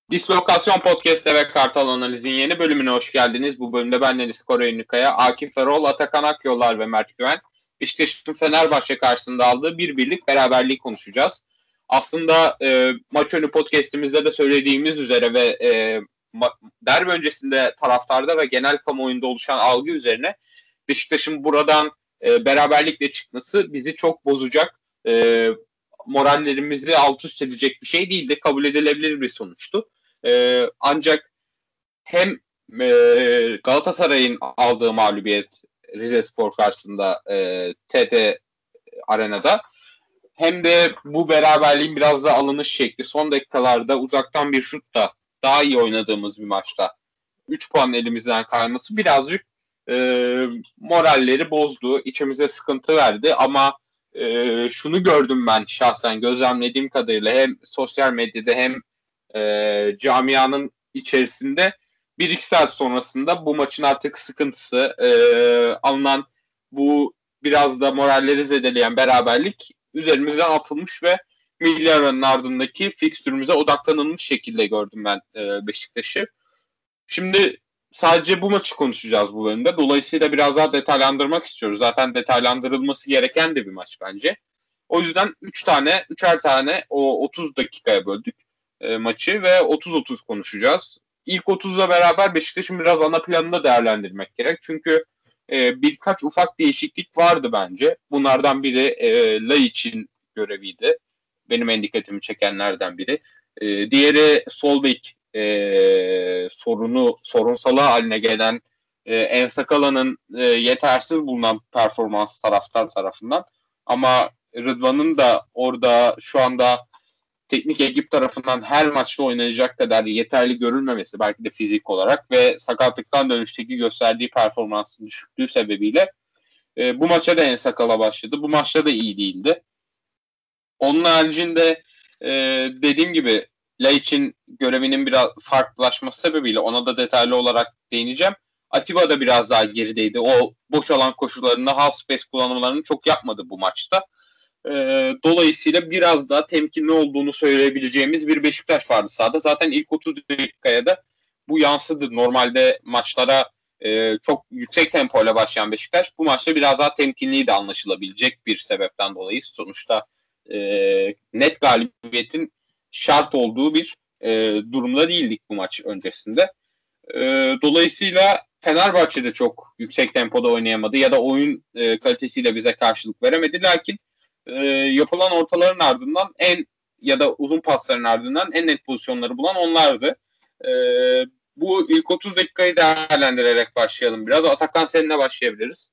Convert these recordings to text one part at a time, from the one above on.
Dislokasyon Podcast'e ve Kartal Analiz'in yeni bölümüne hoş geldiniz. Bu bölümde ben Deniz Koray Ünlükaya, Akif Erol, Atakan Akyollar ve Mert Güven, Beşiktaş'ın Fenerbahçe karşısında aldığı bir birlik beraberliği konuşacağız. Aslında maç önü podcast'imizde de söylediğimiz üzere ve derbi öncesinde taraftarda ve genel kamuoyunda oluşan algı üzerine Beşiktaş'ın buradan beraberlikle çıkması bizi çok bozacak, morallerimizi alt üst edecek bir şey değildi. Kabul edilebilir bir sonuçtu. Ancak hem Galatasaray'ın aldığı mağlubiyet Rizespor karşısında TT Arena'da hem de bu beraberliğin biraz da alınış şekli son dakikalarda uzaktan bir şutla daha iyi oynadığımız bir maçta 3 puan elimizden kayması birazcık moralleri bozdu. İçimize sıkıntı verdi ama şunu gördüm ben şahsen gözlemlediğim kadarıyla hem sosyal medyada hem camianın içerisinde 1-2 saat sonrasında bu maçın artık sıkıntısı alınan bu biraz da moralleri zedeleyen beraberlik üzerimizden atılmış ve milli aranın ardındaki fikstürümüze odaklanılmış şekilde gördüm ben Beşiktaş'ı. Şimdi sadece bu maçı konuşacağız bu bölümde. Dolayısıyla biraz daha detaylandırmak istiyoruz. Zaten detaylandırılması gereken de bir maç bence. O yüzden üçer tane o 30 dakikaya böldük maçı ve 30-30 konuşacağız. İlk 30'la beraber Beşiktaş'ın biraz ana planını da değerlendirmek gerek. Çünkü birkaç ufak değişiklik vardı bence. Bunlardan biri Laiç'in göreviydi. Benim en dikkatimi çekenlerden biri. Diğeri sol bek sorunsalı haline gelen Ensakala'nın yetersiz bulunan performans taraftar tarafından. Ama Rıdvan'ın da orada şu anda teknik ekip tarafından her maçta oynayacak kadar yeterli görülmemesi belki de fizik olarak ve sakatlıktan dönüşteki gösterdiği performansın düşüklüğü sebebiyle bu maça da Ensakala başladı. Bu maçta da iyi değildi. Onun haricinde dediğim gibi Laiç'in görevinin biraz farklılaşması sebebiyle ona da detaylı olarak değineceğim. Atiba da biraz daha gerideydi. O boş alan koşularında half space kullanımlarını çok yapmadı bu maçta. Dolayısıyla biraz daha temkinli olduğunu söyleyebileceğimiz bir Beşiktaş vardı sahada. Zaten ilk 30 dakikaya da bu yansıdı. Normalde maçlara çok yüksek tempoyla başlayan Beşiktaş bu maçta biraz daha temkinliydi anlaşılabilecek bir sebepten dolayı. Sonuçta net galibiyetin şart olduğu bir durumda değildik bu maç öncesinde. Dolayısıyla Fenerbahçe de çok yüksek tempoda oynayamadı ya da oyun kalitesiyle bize karşılık veremedi. Lakin yapılan ortaların ardından ya da uzun pasların ardından en net pozisyonları bulan onlardı. Bu ilk 30 dakikayı değerlendirerek başlayalım biraz. Atakan seninle başlayabiliriz.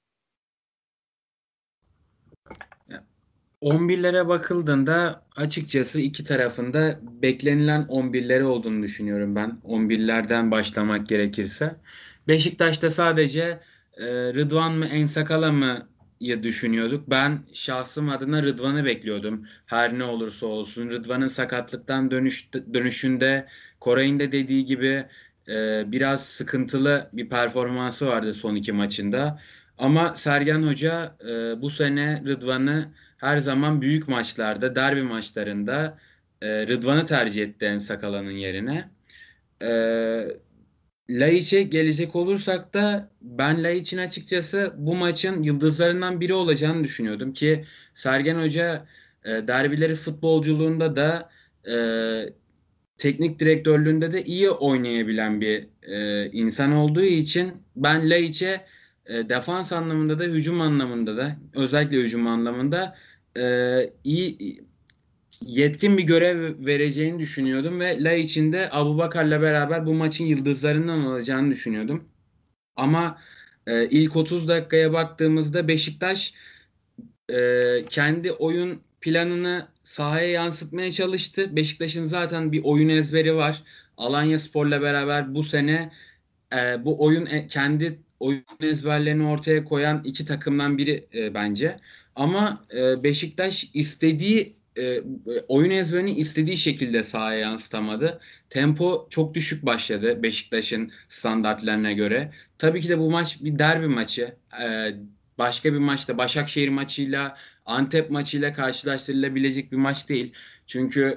11'lere bakıldığında açıkçası iki tarafında beklenilen 11'leri olduğunu düşünüyorum ben. 11'lerden başlamak gerekirse. Beşiktaş'ta sadece Rıdvan mı Ensakala mı ya düşünüyorduk. Ben şahsım adına Rıdvan'ı bekliyordum. Her ne olursa olsun. Rıdvan'ın sakatlıktan dönüşünde Koray'ın da dediği gibi biraz sıkıntılı bir performansı vardı son iki maçında. Ama Sergen Hoca bu sene Rıdvan'ı her zaman büyük maçlarda, derbi maçlarında Rıdvan'ı tercih etti Ensakala'nın yerine. E, Laiç'e gelecek olursak da ben Laiç'in açıkçası bu maçın yıldızlarından biri olacağını düşünüyordum ki Sergen Hoca derbileri futbolculuğunda da teknik direktörlüğünde de iyi oynayabilen bir insan olduğu için ben Laiç'e defans anlamında da hücum anlamında da özellikle hücum anlamında iyi yetkin bir görev vereceğini düşünüyordum ve Laiç'in de Abubakar'la beraber bu maçın yıldızlarından olacağını düşünüyordum. Ama ilk 30 dakikaya baktığımızda Beşiktaş kendi oyun planını sahaya yansıtmaya çalıştı. Beşiktaş'ın zaten bir oyun ezberi var. Alanyaspor'la beraber bu sene bu kendi oyun ezberlerini ortaya koyan iki takımdan biri bence. Ama Beşiktaş oyun ezberini istediği şekilde sahaya yansıtamadı. Tempo çok düşük başladı Beşiktaş'ın standartlarına göre. Tabii ki de bu maç bir derbi maçı. Başka bir maçta Başakşehir maçıyla Antep maçıyla karşılaştırılabilecek bir maç değil. Çünkü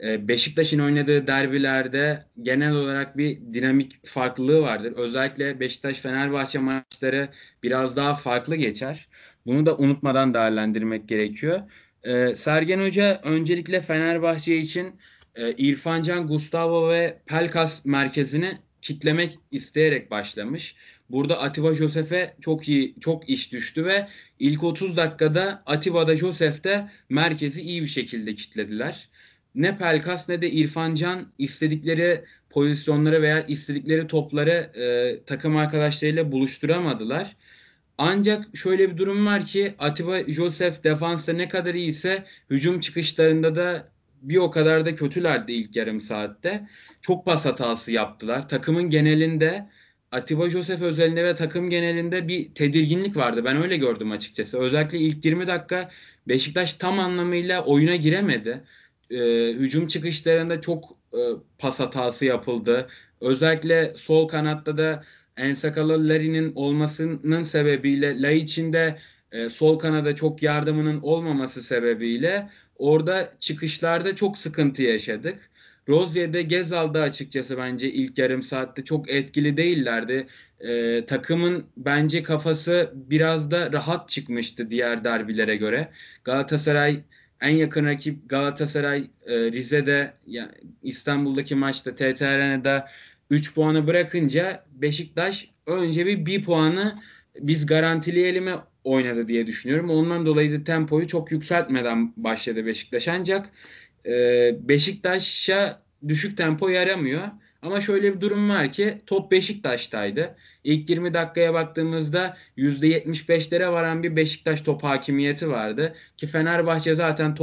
Beşiktaş'ın oynadığı derbilerde genel olarak bir dinamik farklılığı vardır. Özellikle Beşiktaş-Fenerbahçe maçları biraz daha farklı geçer. Bunu da unutmadan değerlendirmek gerekiyor. Sergen Hoca öncelikle Fenerbahçe için İrfan Can, Gustavo ve Pelkas merkezini kitlemek isteyerek başlamış. Burada Atiba Josef'e çok iş düştü ve ilk 30 dakikada Atiba'da Josef de merkezi iyi bir şekilde kitlediler. Ne Pelkas ne de İrfan Can istedikleri pozisyonları veya istedikleri topları takım arkadaşlarıyla buluşturamadılar. Ancak şöyle bir durum var ki Atiba Joseph defansta ne kadar iyiyse hücum çıkışlarında da bir o kadar da kötülerdi ilk yarım saatte. Çok pas hatası yaptılar. Takımın genelinde Atiba Joseph özelinde ve takım genelinde bir tedirginlik vardı. Ben öyle gördüm açıkçası. Özellikle ilk 20 dakika Beşiktaş tam anlamıyla oyuna giremedi. Hücum çıkışlarında çok pas hatası yapıldı. Özellikle sol kanatta da Ensakalı Larin'in olmasının sebebiyle Laiç'in de sol kanada çok yardımının olmaması sebebiyle orada çıkışlarda çok sıkıntı yaşadık. Rozier'de Gezal'da açıkçası bence ilk yarım saatte çok etkili değillerdi. Takımın bence kafası biraz da rahat çıkmıştı diğer derbilere göre. Galatasaray en yakın rakip Galatasaray Rize'de İstanbul'daki maçta TT Arena'da 3 puanı bırakınca Beşiktaş önce bir puanı biz garantileyelim oynadı diye düşünüyorum. Ondan dolayı da tempoyu çok yükseltmeden başladı Beşiktaş. Ancak Beşiktaş'a düşük tempo yaramıyor. Ama şöyle bir durum var ki top Beşiktaş'taydı. İlk 20 dakikaya baktığımızda %75'lere varan bir Beşiktaş top hakimiyeti vardı. Ki Fenerbahçe zaten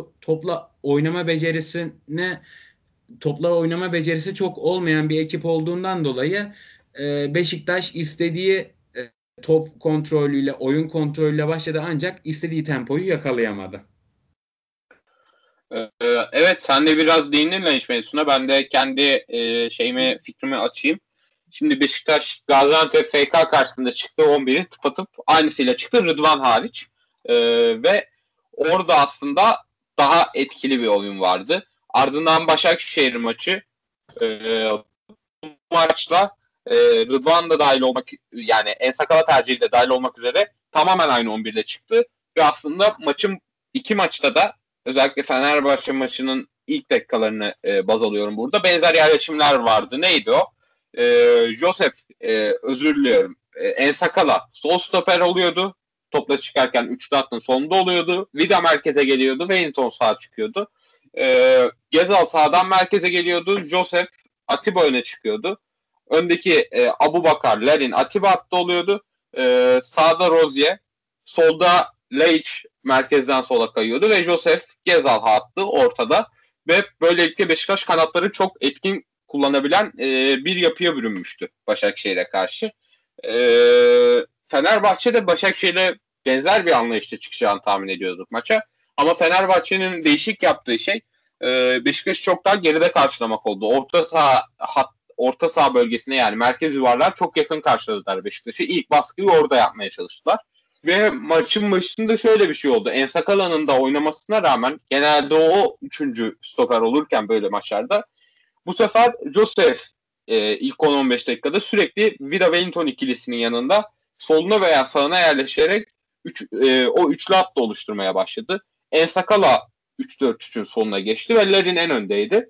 topla oynama becerisi çok olmayan bir ekip olduğundan dolayı Beşiktaş istediği top kontrolüyle, oyun kontrolüyle başladı ancak istediği tempoyu yakalayamadı. Evet, sen de biraz değindin Laiç mevzusuna. Ben de kendi fikrimi açayım. Şimdi Beşiktaş Gaziantep FK karşısında çıktı 11'i tıpatıp aynısıyla çıktı Rıdvan hariç. Ve orada aslında daha etkili bir oyun vardı. Ardından Başakşehir maçı bu maçla Rıdvan da dahil olmak, yani Ensakala tercihi de dahil olmak üzere tamamen aynı 11'de çıktı. Ve aslında iki maçta da özellikle Fenerbahçe maçının ilk dakikalarını baz alıyorum burada. Benzer yerleşimler vardı. Neydi o? Joseph, özür diliyorum. Ensakala sol stoper oluyordu. Topla çıkarken üçlü hattın sonunda oluyordu. Vida merkeze geliyordu. Wellington sağa çıkıyordu. Gezal sağdan merkeze geliyordu. Joseph Atiba öne çıkıyordu. Öndeki Abubakar, Larin, Atiba hattı oluyordu. Sağda Rozier, solda Laiç merkezden sola kayıyordu ve Joseph Gezal hattı ortada. Ve böylelikle Beşiktaş kanatları çok etkin kullanabilen bir yapıya bürünmüştü Başakşehir'e karşı. Fenerbahçe de Başakşehir'e benzer bir anlayışla çıkacağını tahmin ediyorduk maça. Ama Fenerbahçe'nin değişik yaptığı şey Beşiktaş'ı çok daha geride karşılamak oldu. Orta saha bölgesine, yani merkez yuvarlar çok yakın karşıladılar Beşiktaş'ı. İlk baskıyı orada yapmaya çalıştılar. Ve maçın başında şöyle bir şey oldu. Ensakala'nın da oynamasına rağmen genelde o üçüncü stoper olurken böyle maçlarda bu sefer Joseph ilk 10-15 dakikada sürekli Vida Wellington ikilisinin yanında soluna veya sağına yerleşerek o üçlü hattı oluşturmaya başladı. Ensakala 3-4-3'ün sonuna geçti ve Larin en öndeydi.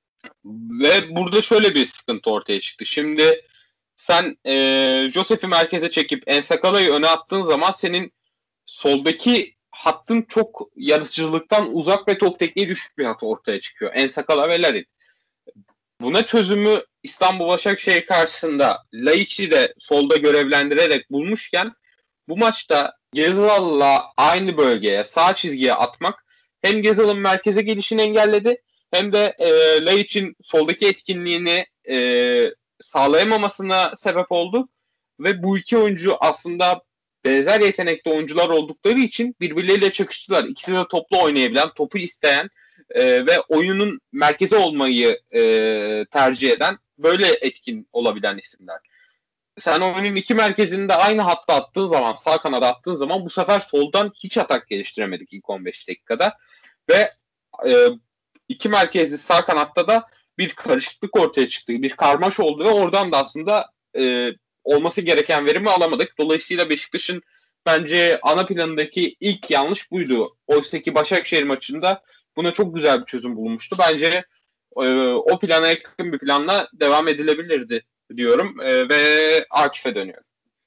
Ve burada şöyle bir sıkıntı ortaya çıktı. Şimdi sen Joseph'i merkeze çekip Ensakala'yı öne attığın zaman senin soldaki hattın çok yaratıcılıktan uzak ve top tekniği düşük bir hat ortaya çıkıyor. Ensakala ve Larin. Buna çözümü İstanbul Başakşehir karşısında Laiç'i de solda görevlendirerek bulmuşken bu maçta Gezal'la aynı bölgeye, sağ çizgiye atmak hem Gezal'ın merkeze gelişini engelledi hem de Laiç'in soldaki etkinliğini sağlayamamasına sebep oldu. Ve bu iki oyuncu aslında benzer yetenekli oyuncular oldukları için birbirleriyle çakıştılar. İkisi de toplu oynayabilen, topu isteyen ve oyunun merkeze olmayı tercih eden, böyle etkin olabilen isimler. Sen oyunun iki merkezinde aynı hatta attığın zaman, sağ kanada attığın zaman bu sefer soldan hiç atak geliştiremedik ilk 15 dakikada. Ve iki merkezli sağ kanatta da bir karışıklık ortaya çıktı. Bir karmaş oldu ve oradan da aslında olması gereken verimi alamadık. Dolayısıyla Beşiktaş'ın bence ana planındaki ilk yanlış buydu. Oysa ki Başakşehir maçında buna çok güzel bir çözüm bulunmuştu. Bence o plana yakın bir planla devam edilebilirdi diyorum ve Akif'e dönüyorum.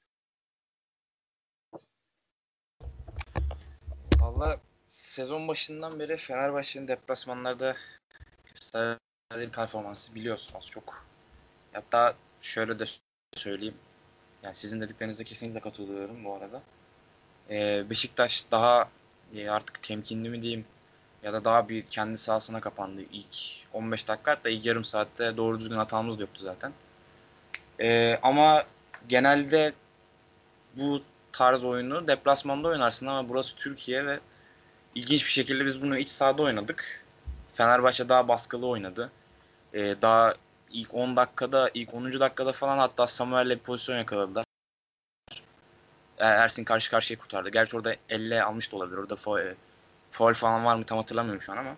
Valla sezon başından beri Fenerbahçe'nin deplasmanlarda gösterdiği performansı biliyoruz az çok. Hatta şöyle de söyleyeyim. Yani sizin dediklerinize kesinlikle katılıyorum bu arada. Beşiktaş daha artık temkinli mi diyeyim ya da daha bir kendi sahasına kapandı ilk 15 dakika, hatta ilk yarım saatte doğru düzgün hatamız da yoktu zaten. Ama genelde bu tarz oyunu deplasmanda oynarsın ama burası Türkiye ve ilginç bir şekilde biz bunu iç sahada oynadık. Fenerbahçe daha baskılı oynadı. Daha ilk 10 dakikada, ilk 10. dakikada falan hatta Samuel'le bir pozisyon yakaladılar. Ersin karşı karşıya kurtardı. Gerçi orada elle almış da olabilir. Orada faul falan var mı tam hatırlamıyorum şu an ama.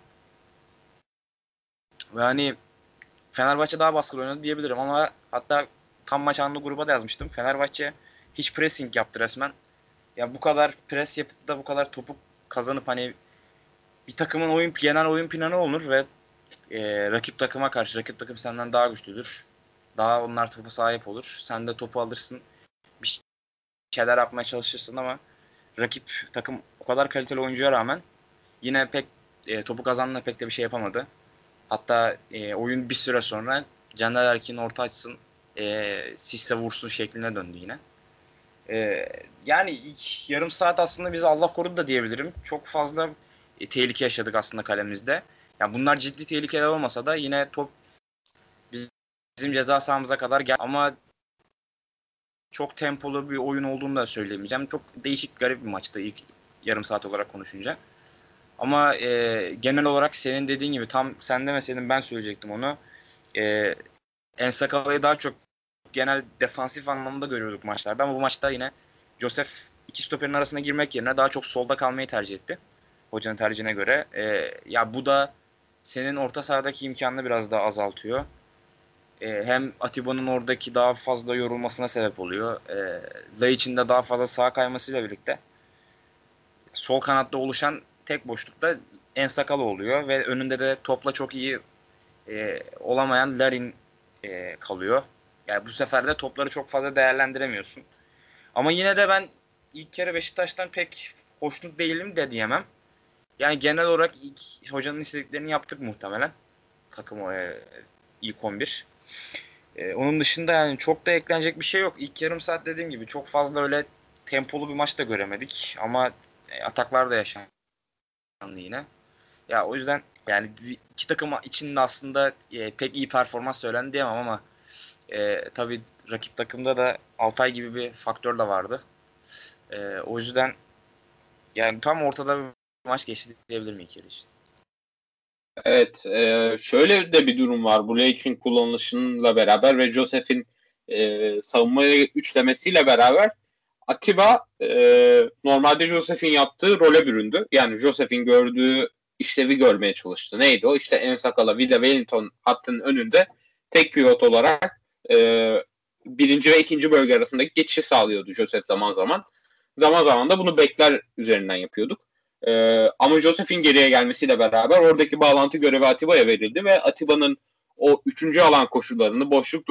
Yani Fenerbahçe daha baskılı oynadı diyebilirim ama hatta tam maç anında gruba da yazmıştım. Fenerbahçe hiç pressing yaptı resmen. Ya bu kadar pres yapıp da bu kadar topu kazanıp hani bir takımın genel oyun planı olunur ve rakip takıma karşı rakip takım senden daha güçlüdür. Daha onlar topa sahip olur. Sen de topu alırsın. Bir şeyler yapmaya çalışırsın ama rakip takım o kadar kaliteli oyuncuya rağmen yine pek topu kazanma pek de bir şey yapamadı. Hatta oyun bir süre sonra Caner Erkin orta açsın, Sisse vursun şekline döndü yine. Yani ilk yarım saat aslında bizi Allah korudu da diyebilirim. Çok fazla tehlike yaşadık aslında kalemizde. Yani bunlar ciddi tehlikeler olmasa da yine top bizim ceza sahamıza kadar geldi. Ama çok tempolu bir oyun olduğunu da söyleyemeyeceğim. Çok değişik, garip bir maçtı ilk yarım saat olarak konuşunca. Ama genel olarak senin dediğin gibi, tam sen demeseydin ben söyleyecektim onu. En Sakala'yı daha çok genel defansif anlamda görüyorduk maçlarda ama bu maçta yine Joseph iki stoperin arasına girmek yerine daha çok solda kalmayı tercih etti. Hocanın tercihine göre. Ya bu da senin orta sahadaki imkanını biraz daha azaltıyor. Hem Atiba'nın oradaki daha fazla yorulmasına sebep oluyor. Laiç'in de daha fazla sağa kaymasıyla birlikte sol kanatta oluşan tek boşlukta En Sakala oluyor ve önünde de topla çok iyi olamayan Larin kalıyor. Yani bu sefer de topları çok fazla değerlendiremiyorsun. Ama yine de ben ilk kere Beşiktaş'tan pek hoşnut değilim de diyemem. Yani genel olarak ilk hocanın istediklerini yaptık muhtemelen. Takım ilk 11. Onun dışında yani çok da eklenecek bir şey yok. İlk yarım saat dediğim gibi çok fazla öyle tempolu bir maç da göremedik. Ama ataklar da yaşandı yine. Ya o yüzden yani iki takım içinde aslında pek iyi performans söylendi diyemem ama tabii rakip takımda da Altay gibi bir faktör de vardı. O yüzden yani tam ortada bir maç geçti diyebilirim ilk yarı için. Evet, şöyle de bir durum var. Blake'in kullanılışıyla beraber ve Joseph'in savunmaya üçlemesiyle beraber Atiba normalde Joseph'in yaptığı role büründü. Yani Joseph'in gördüğü işlevi görmeye çalıştı. Neydi o? İşte En Sakala, Vida Wellington hattının önünde tek pivot olarak birinci ve ikinci bölge arasındaki geçişi sağlıyordu Joseph zaman zaman. Zaman zaman da bunu bekler üzerinden yapıyorduk. Ama Joseph'in geriye gelmesiyle beraber oradaki bağlantı görevi Atiba'ya verildi ve Atiba'nın o üçüncü alan koşullarını,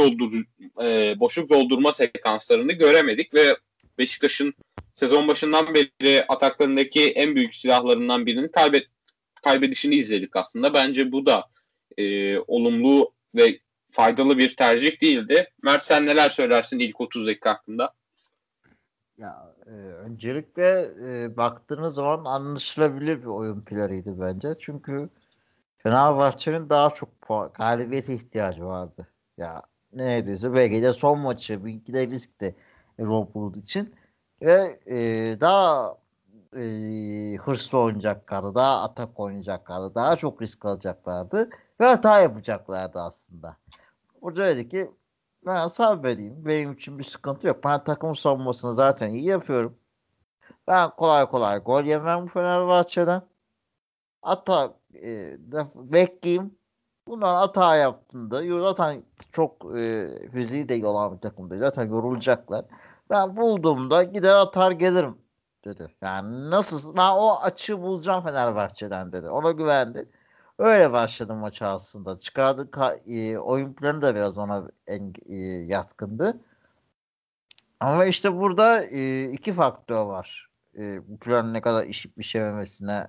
boşluk doldurma sekanslarını göremedik ve Beşiktaş'ın sezon başından beri ataklarındaki en büyük silahlarından birini kaybedişini izledik aslında. Bence bu da olumlu ve faydalı bir tercih değildi. Mert, sen neler söylersin ilk 30 dakika hakkında? Ya öncelikle baktığınız zaman anlaşılabilir bir oyun planıydı bence. Çünkü Fenerbahçe'nin daha çok galibiyete ihtiyacı vardı. Ya neredeyse belki de son maçı, belki de riskti Liverpool için. Ve daha hırslı oynayacaklardı, daha atak oynayacaklardı, daha çok risk alacaklardı ve hata yapacaklardı aslında. Hoca dedi ki ben sabredeyim. Benim için bir sıkıntı yok. Ben takım savunmasını zaten iyi yapıyorum. Ben kolay kolay gol yemem bu Fenerbahçe'den. Hatta bekleyeyim. Bunlar hata yaptığında zaten çok fiziği de iyi olan bir takım değil. Zaten yorulacaklar. Ben bulduğumda gider atar gelirim dedi. Yani nasıl ben o açığı bulacağım Fenerbahçe'den dedi. Ona güvendi. Öyle başladı maçı aslında. Çıkardığı oyun planı da biraz ona yatkındı. Ama işte burada iki faktör var. Bu planın ne kadar işip işememesine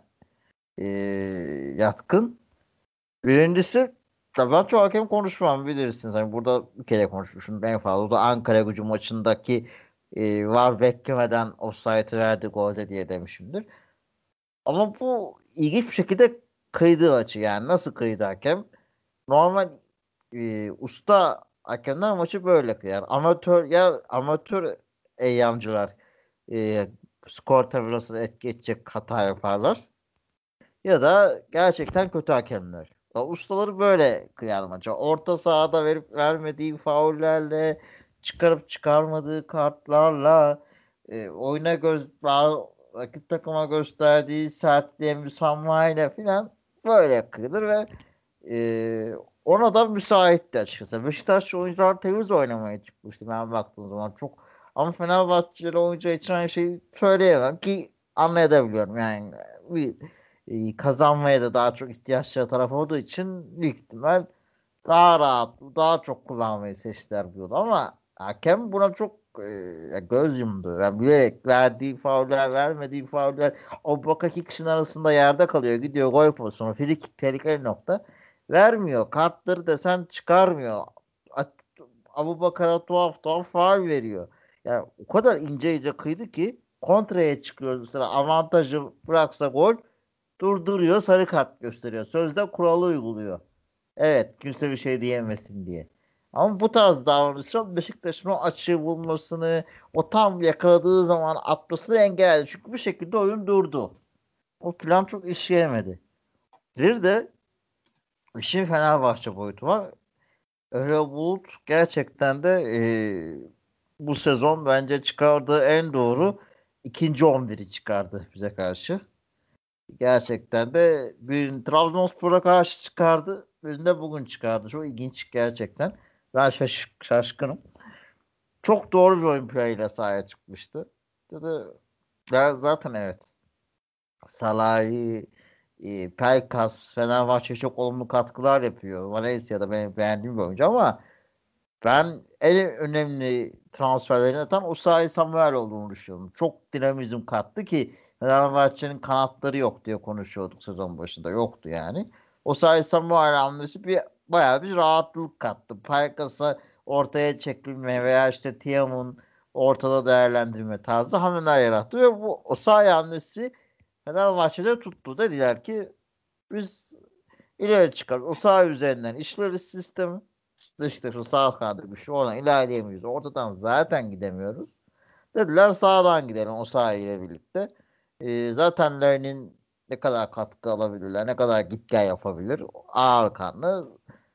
yatkın. Birincisi ben çok hakem konuşmam bilirsiniz. Hani burada bir kere konuşmuşum en fazla. O da Ankaragücü maçındaki var beklemeden offside'ı verdi golde diye demişimdir. Ama bu ilginç bir şekilde kıydı açı. Yani nasıl kıydı hakem? Normal usta hakemler maçı böyle kıyar. Amatör eyyamcılar skor tabelasına etki edecek hata yaparlar. Ya da gerçekten kötü hakemler. Ya ustaları böyle kıyar maça. Orta sahada verip vermediği faullerle, çıkarıp çıkarmadığı kartlarla, oyuna rakip takıma gösterdiği sertliğe müsamahayla filan böyle kıyılır ve ona da müsaitti açıkçası. Beşiktaş oyuncular temiz oynamaya çıkmıştı ben baktığım zaman. Çok ama Fenerbahçeli oyuncu için aynı şeyi söyleyemem ki anlayabiliyorum yani. Bir kazanmaya da daha çok ihtiyaçları taraf olduğu için büyük ihtimal daha rahat, daha çok kullanmayı seçtiler bu yolu. Ama hakem buna çok göz yumdu. Yani bilerek verdiği fauller, vermediği fauller o baka iki kişinin arasında yerde kalıyor. Gidiyor gol pozisyonu. Frikik tehlikeli nokta. Vermiyor. Kartları desen çıkarmıyor. Abubakar'a tuhaf tuhaf faul veriyor. Yani o kadar ince kıydı ki kontraya çıkıyor. Mesela avantajı bıraksa gol durduruyor, sarı kart gösteriyor. Sözde kuralı uyguluyor. Evet, kimse bir şey diyemesin diye. Ama bu tarz davranışlar Beşiktaş'ın o açığı bulmasını, o tam yakaladığı zaman atmasını engelledi. Çünkü bir şekilde oyun durdu. O plan çok işleyemedi. Bir de işin Fenerbahçe boyutu var. Öyle Bulut gerçekten de bu sezon bence çıkardığı en doğru ikinci 11'i çıkardı bize karşı. Gerçekten de bir Trabzonspor'a karşı çıkardı. Birini de bugün çıkardı. Çok ilginç gerçekten. Ben şaşkınım. Çok doğru bir oyun planıyla sahaya çıkmıştı. Dedi, ben zaten evet. Salah'ı, Pelkas, Fenerbahçe'ye çok olumlu katkılar yapıyor. Valencia'da benim beğendiğim bir oyuncu ama ben en önemli transferlerin tam Osayi Samuel olduğunu düşünüyorum. Çok dinamizm kattı ki Fenerbahçe'nin kanatları yok diye konuşuyorduk sezon başında. Yoktu yani. Osayi Samuel hamlesi bayağı bir rahatlık kattı. Pelkas'a ortaya çekilme veya işte Tiam'ın ortada değerlendirme tarzı hamleler yarattı ve bu Osayi hamlesi Fenerbahçe'de tuttu. Dediler ki biz ileri çıkar. Osayi üzerinden işleriz sistemi. Beşiktaş'ın sağ kanadı güçlü. Oradan ilerleyemiyoruz. Ortadan zaten gidemiyoruz. Dediler sağdan gidelim o ile birlikte. Zaten Larin'in ne kadar katkı alabilirler, ne kadar git gel yapabilir. Ağır kanlı.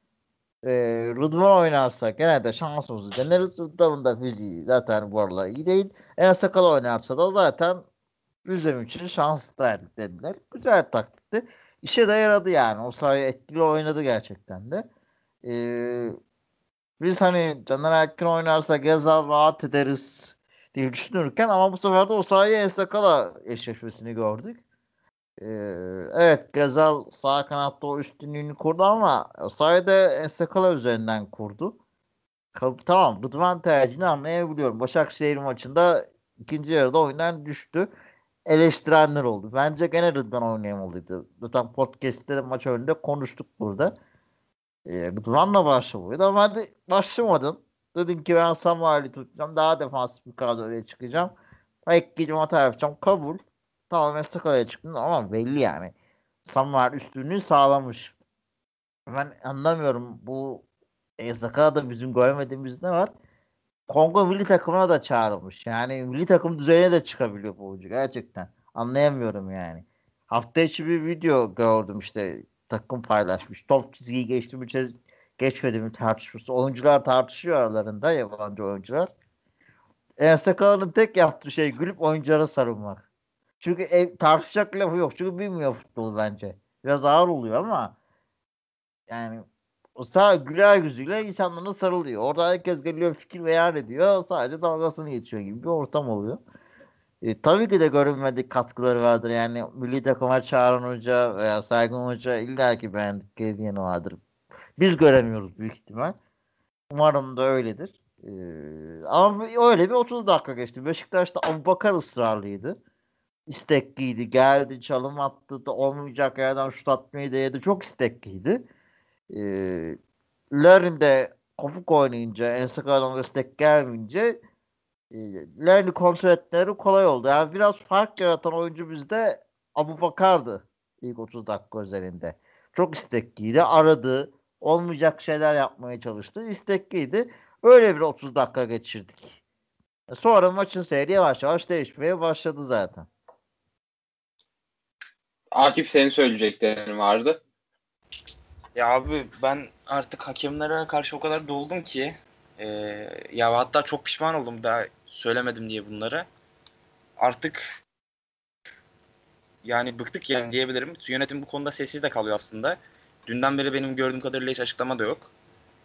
Rıdvan oynarsa gene de şansımızı deneriz. Rıdvan'ın da fiziği zaten bu aralar iyi değil. En Sakal oynarsa da zaten bizim için şans verdik dediler. Güzel taktikti. İşe de yaradı yani. O sahayı etkili oynadı gerçekten de. Ee, Biz hani Caner Erkin oynarsa Gezal rahat ederiz diye düşünürken ama bu sefer de o sahaya Ensakala eşleşmesini gördük. Ee, evet Gezal sağ kanatta o üstünlüğünü kurdu ama o sayede Ensakala üzerinden kurdu. Tamam Rıdvan tercihini anlayabiliyorum. Başakşehir maçında ikinci yarıda oyundan düştü. Eleştirenler oldu. Bence gene Rıdvan oynayamalıydı. Zaten podcast'te de maç önünde konuştuk burada. Rıdvan'la başlamalıydı ama ben de başlamadım. Dedim ki ben Samuel'i tutacağım. Daha defansif bir kadroya çıkacağım. Ekleyeceğim hata yapacağım. Kabul. Tamamen Sakara'ya çıktım ama belli yani. Samuel üstünlüğü sağlamış. Ben anlamıyorum bu Sakara'da bizim görmediğimiz ne var? Kongo milli takımına da çağrılmış. Yani milli takım düzeyine de çıkabiliyor bu oyuncu gerçekten. Anlayamıyorum yani. Hafta içi bir video gördüm işte takım paylaşmış. Top çizgiyi geçti mi geçmedi mi tartışması. Oyuncular tartışıyor aralarında yabancı oyuncular. Enstakala'nın tek yaptığı şey gülüp oyunculara sarılmak. Çünkü tartışacak lafı yok. Çünkü bilmiyor futbolu bence. Biraz ağır oluyor ama yani o sağ güler yüzüyle insanlara sarılıyor. Orada herkes geliyor fikir beyan ediyor. Sadece dalgasını geçiyor gibi bir ortam oluyor. Tabii ki de görünmedik katkıları vardır. Yani milli takıma çağıran hoca veya Saygın Hoca illaki beğendikleri diyeni vardır. Biz göremiyoruz büyük ihtimal. Umarım da öyledir. Ama öyle bir 30 dakika geçti. Beşiktaş'ta Abubakar ısrarlıydı. İstekliydi. Geldi, çalım attı da olmayacak yerden şut atmayı denedi. Çok istekliydi. Larin de kopuk oynayınca, Ensaka'dan destek gelmeyince Larin'i kontrol etmeleri kolay oldu. Yani biraz fark yaratan oyuncu bizde Abubakar'dı ilk 30 dakika üzerinde. Çok istekliydi. Aradı. Olmayacak şeyler yapmaya çalıştı. İstekliydi. Öyle bir 30 dakika geçirdik. Sonra maçın seyri yavaş yavaş değişmeye başladı zaten. Akif senin söyleyeceklerin vardı. Ya abi ben artık hakemlere karşı o kadar doldum ki ya hatta çok pişman oldum daha söylemedim diye bunları. Artık yani bıktık yani diyebilirim. Yönetim bu konuda sessiz de kalıyor aslında. Dünden beri benim gördüğüm kadarıyla hiç açıklama da yok.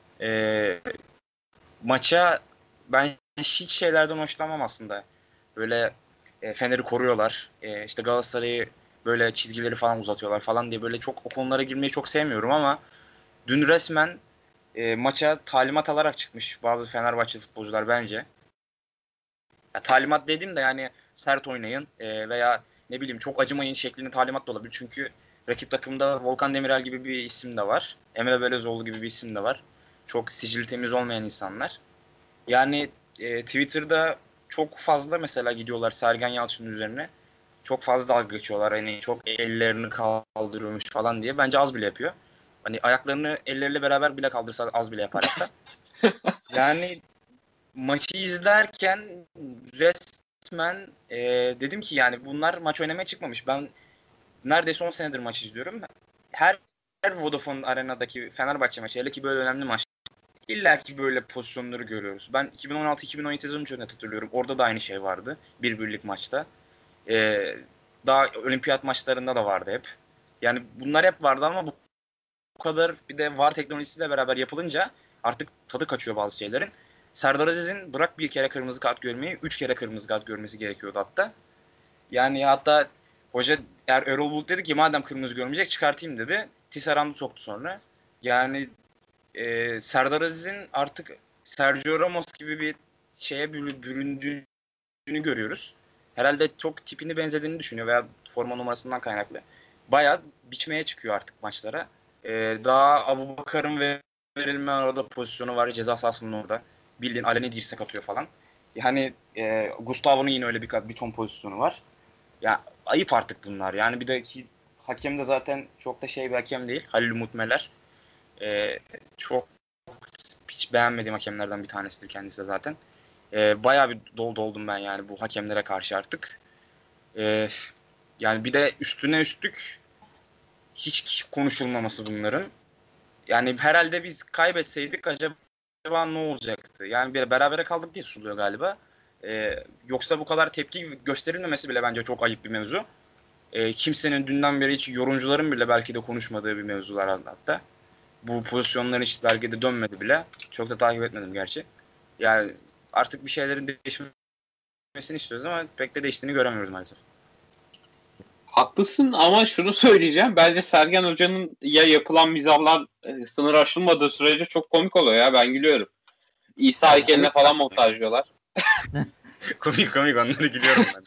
Maça ben hiç şeylerden hoşlanmam aslında. Böyle Fener'i koruyorlar. İşte Galatasaray'ı böyle çizgileri falan uzatıyorlar falan diye böyle çok o konulara girmeyi çok sevmiyorum ama dün resmen maça talimat alarak çıkmış bazı Fenerbahçe futbolcular bence. Ya, talimat dediğim de yani sert oynayın veya ne bileyim çok acımayın şeklinde talimat da olabilir. Çünkü rakip takımda Volkan Demirel gibi bir isim de var. Emre Belözoğlu gibi bir isim de var. Çok sicili temiz olmayan insanlar. Yani Twitter'da çok fazla mesela gidiyorlar Sergen Yalçın'ın üzerine. Çok fazla dalga geçiyorlar. Hani çok ellerini kaldırıyormuş falan diye. Bence az bile yapıyor. Hani ayaklarını elleriyle beraber bile kaldırsa az bile yapar hatta. Yani maçı izlerken resmen dedim ki yani bunlar maç oynamaya çıkmamış. Ben neredeyse 10 senedir maç izliyorum. Her Vodafone Arena'daki Fenerbahçe maçı hele ki böyle önemli maç İlla ki böyle pozisyonları görüyoruz. Ben 2016-2017 sezonu çok net hatırlıyorum. Orada da aynı şey vardı. Bir birlik maçta. Daha olimpiyat maçlarında da vardı hep. Yani bunlar hep vardı ama bu kadar bir de VAR teknolojisiyle beraber yapılınca artık tadı kaçıyor bazı şeylerin. Serdar Aziz'in bırak bir kere kırmızı kart görmeyi 3 kere kırmızı kart görmesi gerekiyordu hatta. Yani hatta hoca Erol Bulut dedi ki madem kırmızı görmeyecek çıkartayım dedi. Tisserand'ı soktu sonra. Yani Serdar Aziz'in artık Sergio Ramos gibi bir şeye büründüğünü görüyoruz. Herhalde çok tipini benzediğini düşünüyor veya forma numarasından kaynaklı. Bayağı biçmeye çıkıyor artık maçlara. Daha Abubakar'ın verilme orada pozisyonu var ceza sahasının orada. Bildiğin aleni dirsek atıyor falan. Yani Gustavo'nun yine öyle bir ton pozisyonu var. Ya ayıp artık bunlar. Yani bir de ki hakem de zaten çok da şey bir hakem değil. Halil Umut Meler. Çok hiç beğenmediğim hakemlerden bir tanesidir kendisi de zaten. Bayağı bir doldum ben yani bu hakemlere karşı artık. Yani bir de üstüne üstlük hiç konuşulmaması bunların. Yani herhalde biz kaybetseydik acaba ne olacaktı? Yani bir berabere kaldık diye susuluyor galiba. Yoksa bu kadar tepki gösterilmemesi bile bence çok ayıp bir mevzu. Kimsenin dünden beri hiç yorumcuların bile belki de konuşmadığı bir mevzular hatta. Bu pozisyonlar hiç belgede dönmedi bile. Çok da takip etmedim gerçi. Yani artık bir şeylerin değişmesini istiyoruz ama pek de değiştiğini göremiyoruz maalesef. Haklısın ama şunu söyleyeceğim. Bence Sergen Hoca'nın ya yapılan mizahlar sınır aşılmadığı sürece çok komik oluyor ya. Ben gülüyorum. İsa heykeline falan montajlıyorlar. komik onları gülüyorum ben.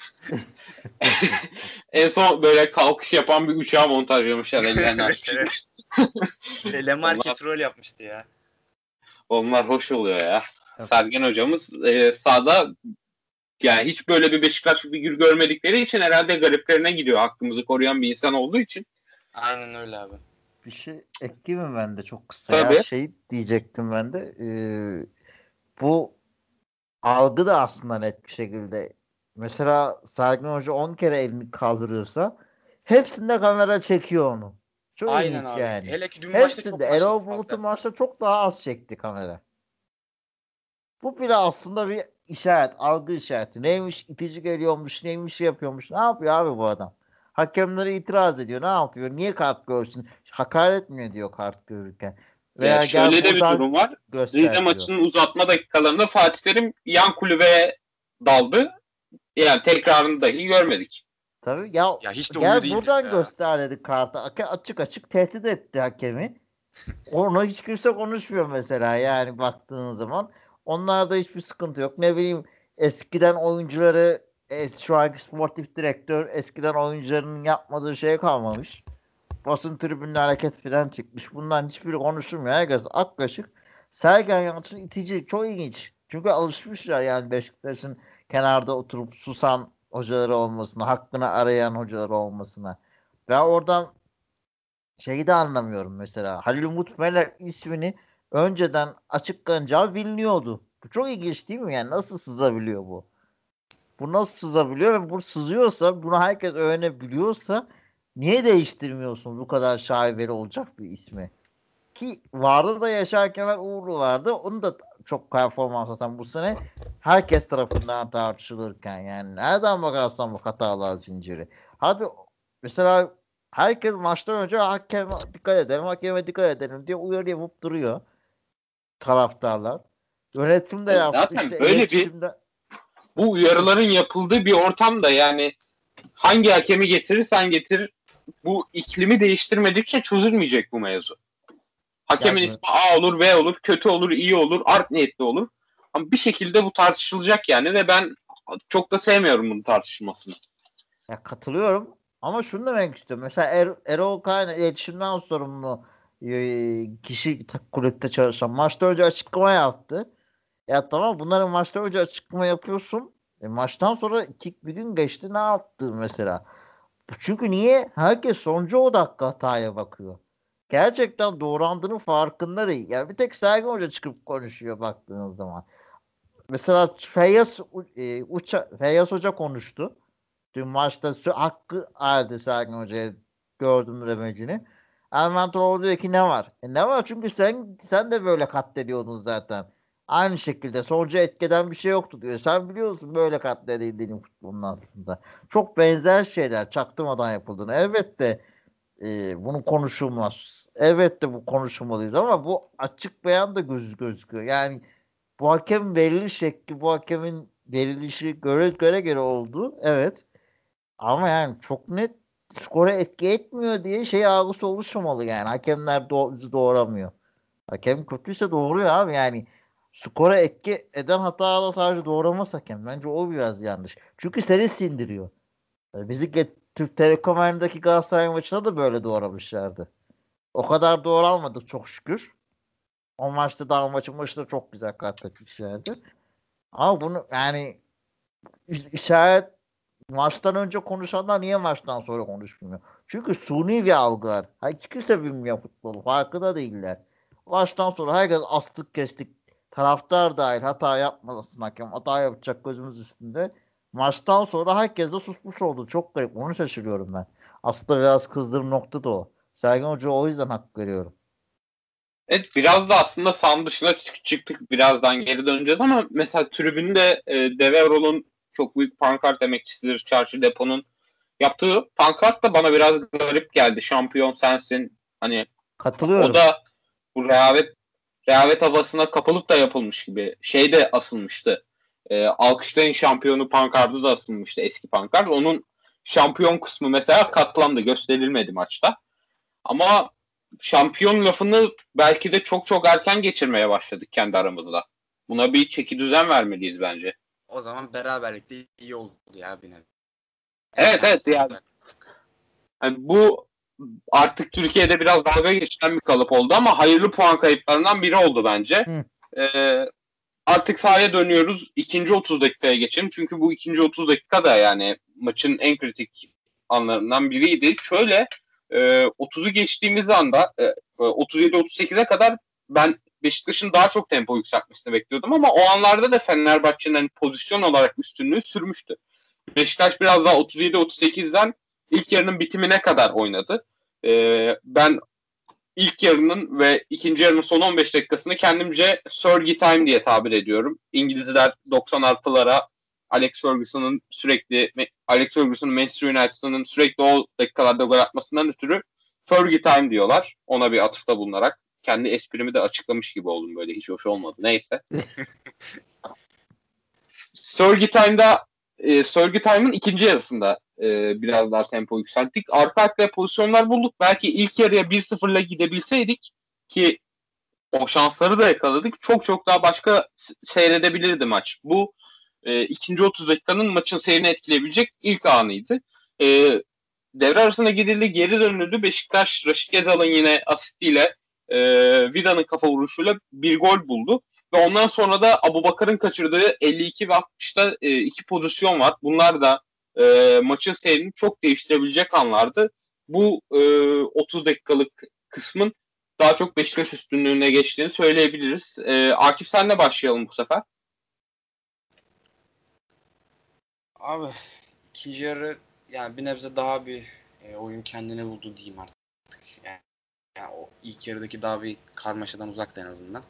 En son böyle kalkış yapan bir uçağı montajlamışlar ellerine açmış. Lemarket rol yapmıştı ya. Onlar hoş oluyor ya. Sergen hocamız sahada yani hiç böyle bir Beşiktaş figür görmedikleri için herhalde gariplerine gidiyor. Hakkımızı koruyan bir insan olduğu için. Aynen öyle abi. Bir şey ekleyeyim mi ben de çok kısa Tabii. ya şey diyecektim ben de. Bu algı da aslında net bir şekilde. Mesela Sergen Hoca 10 kere elini kaldırıyorsa hepsinde kamera çekiyor onu. Çok Aynen ilginç abi. yani. Hele ki dün maçta çok Hepsinde. Erol Bulut'un maçta çok daha az çekti kamera. Bu bile aslında bir işaret, algı işareti. Neymiş itici geliyormuş, neymiş yapıyormuş. Ne yapıyor abi bu adam? Hakemlere itiraz ediyor. Ne yapıyor? Niye kart görsün? Hakaret mi ediyor kart görürken? Ya Veya gel şöyle de bir buradan durum var. Rize göster diyor. maçının uzatma dakikalarında Fatih Terim yan kulübeye daldı. Yani tekrarını dahi görmedik. Tabii ya, Ya hiç de uyu gel değildi buradan ya. göster dedi kartı. Açık açık tehdit etti hakemi. Onu hiç kimse konuşmuyor mesela yani baktığın zaman. Onlarda hiçbir sıkıntı yok. Ne bileyim eskiden oyuncuları şu anki sportif direktör eskiden oyuncularının yapmadığı şey kalmamış. Basın tribününe hareket falan çıkmış. Bunların hiçbiri konuşulmuyor. Herkes ak kaşık. Sergen Yalçın itici. Çok ilginç. Çünkü alışmışlar yani Beşiktaş'ın kenarda oturup susan hocaları olmasına, hakkını arayan hocaları olmasına. Ben oradan şeyi de anlamıyorum mesela. Halil Umut Meler ismini önceden açıklanacağı biliniyordu. Bu çok ilginç değil mi? Yani nasıl sızabiliyor bu? Bu nasıl sızabiliyor ve bu sızıyorsa, bunu herkes öğrenebiliyorsa niye değiştirmiyorsun bu kadar şaibeli olacak bir ismi? Ki vardı da Yaşar Kemal Uğurlu vardı. Onu da çok performans atan bu sene herkes tarafından tartışılırken yani nereden bakarsan bu hatalar zinciri. Hadi mesela herkes maçtan önce hakeme dikkat edelim, hakeme dikkat edelim diye uyarı yapıp duruyor taraftarlar. Yönetim de yaptı Zaten işte böyle bir iletişimde. bu uyarıların yapıldığı bir ortamda yani hangi hakemi getirirsen getir bu iklimi değiştirmedikçe çözülmeyecek bu mevzu. Hakemin Ya, ismi A olur, B olur, kötü olur, iyi olur, art niyetli olur. Ama bir şekilde bu tartışılacak yani ve ben çok da sevmiyorum bunun tartışılmasını. ya katılıyorum ama şunu demek istiyorum. Mesela Erol Kaynar iletişimden sorumlu kişi kulüpte çalışan maçtan önce açıklama yaptı. Ya tamam bunların maçtan önce açıklama yapıyorsun. Maçtan sonra bir gün geçti ne yaptı mesela? Çünkü niye? Herkes sonuca odaklı hataya bakıyor. Gerçekten doğrandığının farkında değil. Yani bir tek Sergen Hoca çıkıp konuşuyor baktığınız zaman. Mesela Feyyaz Hoca konuştu. Dün maçta hakkı verdi Sergen Hoca'ya gördüm demecini. Erman Toroğlu diyor ki ne var? Ne var çünkü sen de böyle katlediyordun zaten. Aynı şekilde sonucu etkeden bir şey yoktu diyor. Sen biliyorsun böyle katledildiğini futbolun aslında. Çok benzer şeyler çaktırmadan yapıldığını. Elbette bunu konuşulmaz. Elbette bu konuşulmalıyız ama bu açık beyan da gözüküyor. Yani bu hakemin belirli şekli, bu hakemin verilişi göre oldu. Evet. Ama yani çok net skora etki etmiyor diye şey algısı oluşmamalı yani. Hakemler doğramıyor. Hakem kötüyse doğruyor abi yani. Skora etki eden hatalı sadece doğramaz hakem. Bence o biraz yanlış. Çünkü seni sindiriyor. Bizi Türk Telekom Arena'daki Galatasaray maçına da böyle doğramışlardı. O kadar doğru almadık çok şükür. O maçta daha maçın başında çok güzel katletmişlerdi. Ama bunu yani işaret maçtan önce konuşanlar niye maçtan sonra konuşmuyor? Çünkü suni bir algı var. Hiç kimse bilmiyor futbolu. Farkında değiller. Maçtan sonra herkes astık kestik. Taraftar dahil hata yapmasın hakem. Hata yapacak gözümüz üstünde. Maçtan sonra herkes de susmuş oldu. Çok garip. Onu şaşırıyorum ben. Aslında biraz kızdığım nokta da o. Sergen Hoca o yüzden hak veriyorum. Evet biraz da aslında sahanın dışına çıktık. Birazdan geri döneceğiz ama mesela tribünde Deve Erol'un çok büyük pankart emekçisidir. Çarşı Depo'nun yaptığı pankart da bana biraz garip geldi. Şampiyon sensin. Hani o Katılıyorum. da bu rehavet havasına kapılıp da yapılmış gibi. Şey de asılmıştı. Alkışlayın şampiyonu pankartı da asılmıştı eski pankart. Onun şampiyon kısmı mesela katlandı. Gösterilmedi maçta. Ama şampiyon lafını belki de çok çok erken geçirmeye başladık kendi aramızda. Buna bir çeki düzen vermeliyiz bence. O zaman beraberlikte iyi oldu ya bir nevi. Evet yani bu artık Türkiye'de biraz dalga geçilen bir kalıp oldu ama hayırlı puan kayıplarından biri oldu bence. Artık sahaya dönüyoruz. İkinci 30 dakikaya geçelim. Çünkü bu ikinci 30 dakika da yani maçın en kritik anlarından biriydi. Şöyle 30'u geçtiğimiz anda 37-38'e kadar ben Beşiktaş'ın daha çok tempo yükseltmesini bekliyordum ama o anlarda da Fenerbahçe'nin hani pozisyon olarak üstünlüğü sürmüştü. Beşiktaş biraz daha 37-38'den ilk yarının bitimine kadar oynadı. Ben ilk yarının ve ikinci yarının son 15 dakikasını kendimce Fergie Time diye tabir ediyorum. İngilizler 90 artılara Alex Ferguson'un Manchester United'ın sürekli o dakikalarda gol atmasından ötürü Fergie time diyorlar. Ona bir atıfta bulunarak. Kendi esprimi de açıklamış gibi oldum böyle. Hiç hoş olmadı. Neyse. Fergie Time'ın ikinci yarısında biraz daha tempo yükselttik. Arka arkaya pozisyonlar bulduk. Belki ilk yarıya 1-0'la gidebilseydik ki o şansları da yakaladık. Çok çok daha başka seyredebilirdi maç. Bu ikinci 30 dakikanın maçın seyrini etkileyebilecek ilk anıydı. Devre arasında gidildi, geri dönüldü. Beşiktaş, Raşit Gezal'ın yine asistiyle Vida'nın kafa vuruşuyla bir gol buldu. Ve ondan sonra da Abubakar'ın kaçırdığı 52 ve 60'ta iki pozisyon var. Bunlar da maçın seyrini çok değiştirebilecek anlardı. Bu 30 dakikalık kısmın daha çok Beşiktaş üstünlüğüne geçtiğini söyleyebiliriz. Akif senle başlayalım bu sefer. Abi ikinci yarı yani bir nebze daha bir oyun kendini buldu diyeyim artık. Yani o ilk yarıdaki daha bir karmaşadan uzaktı en azından.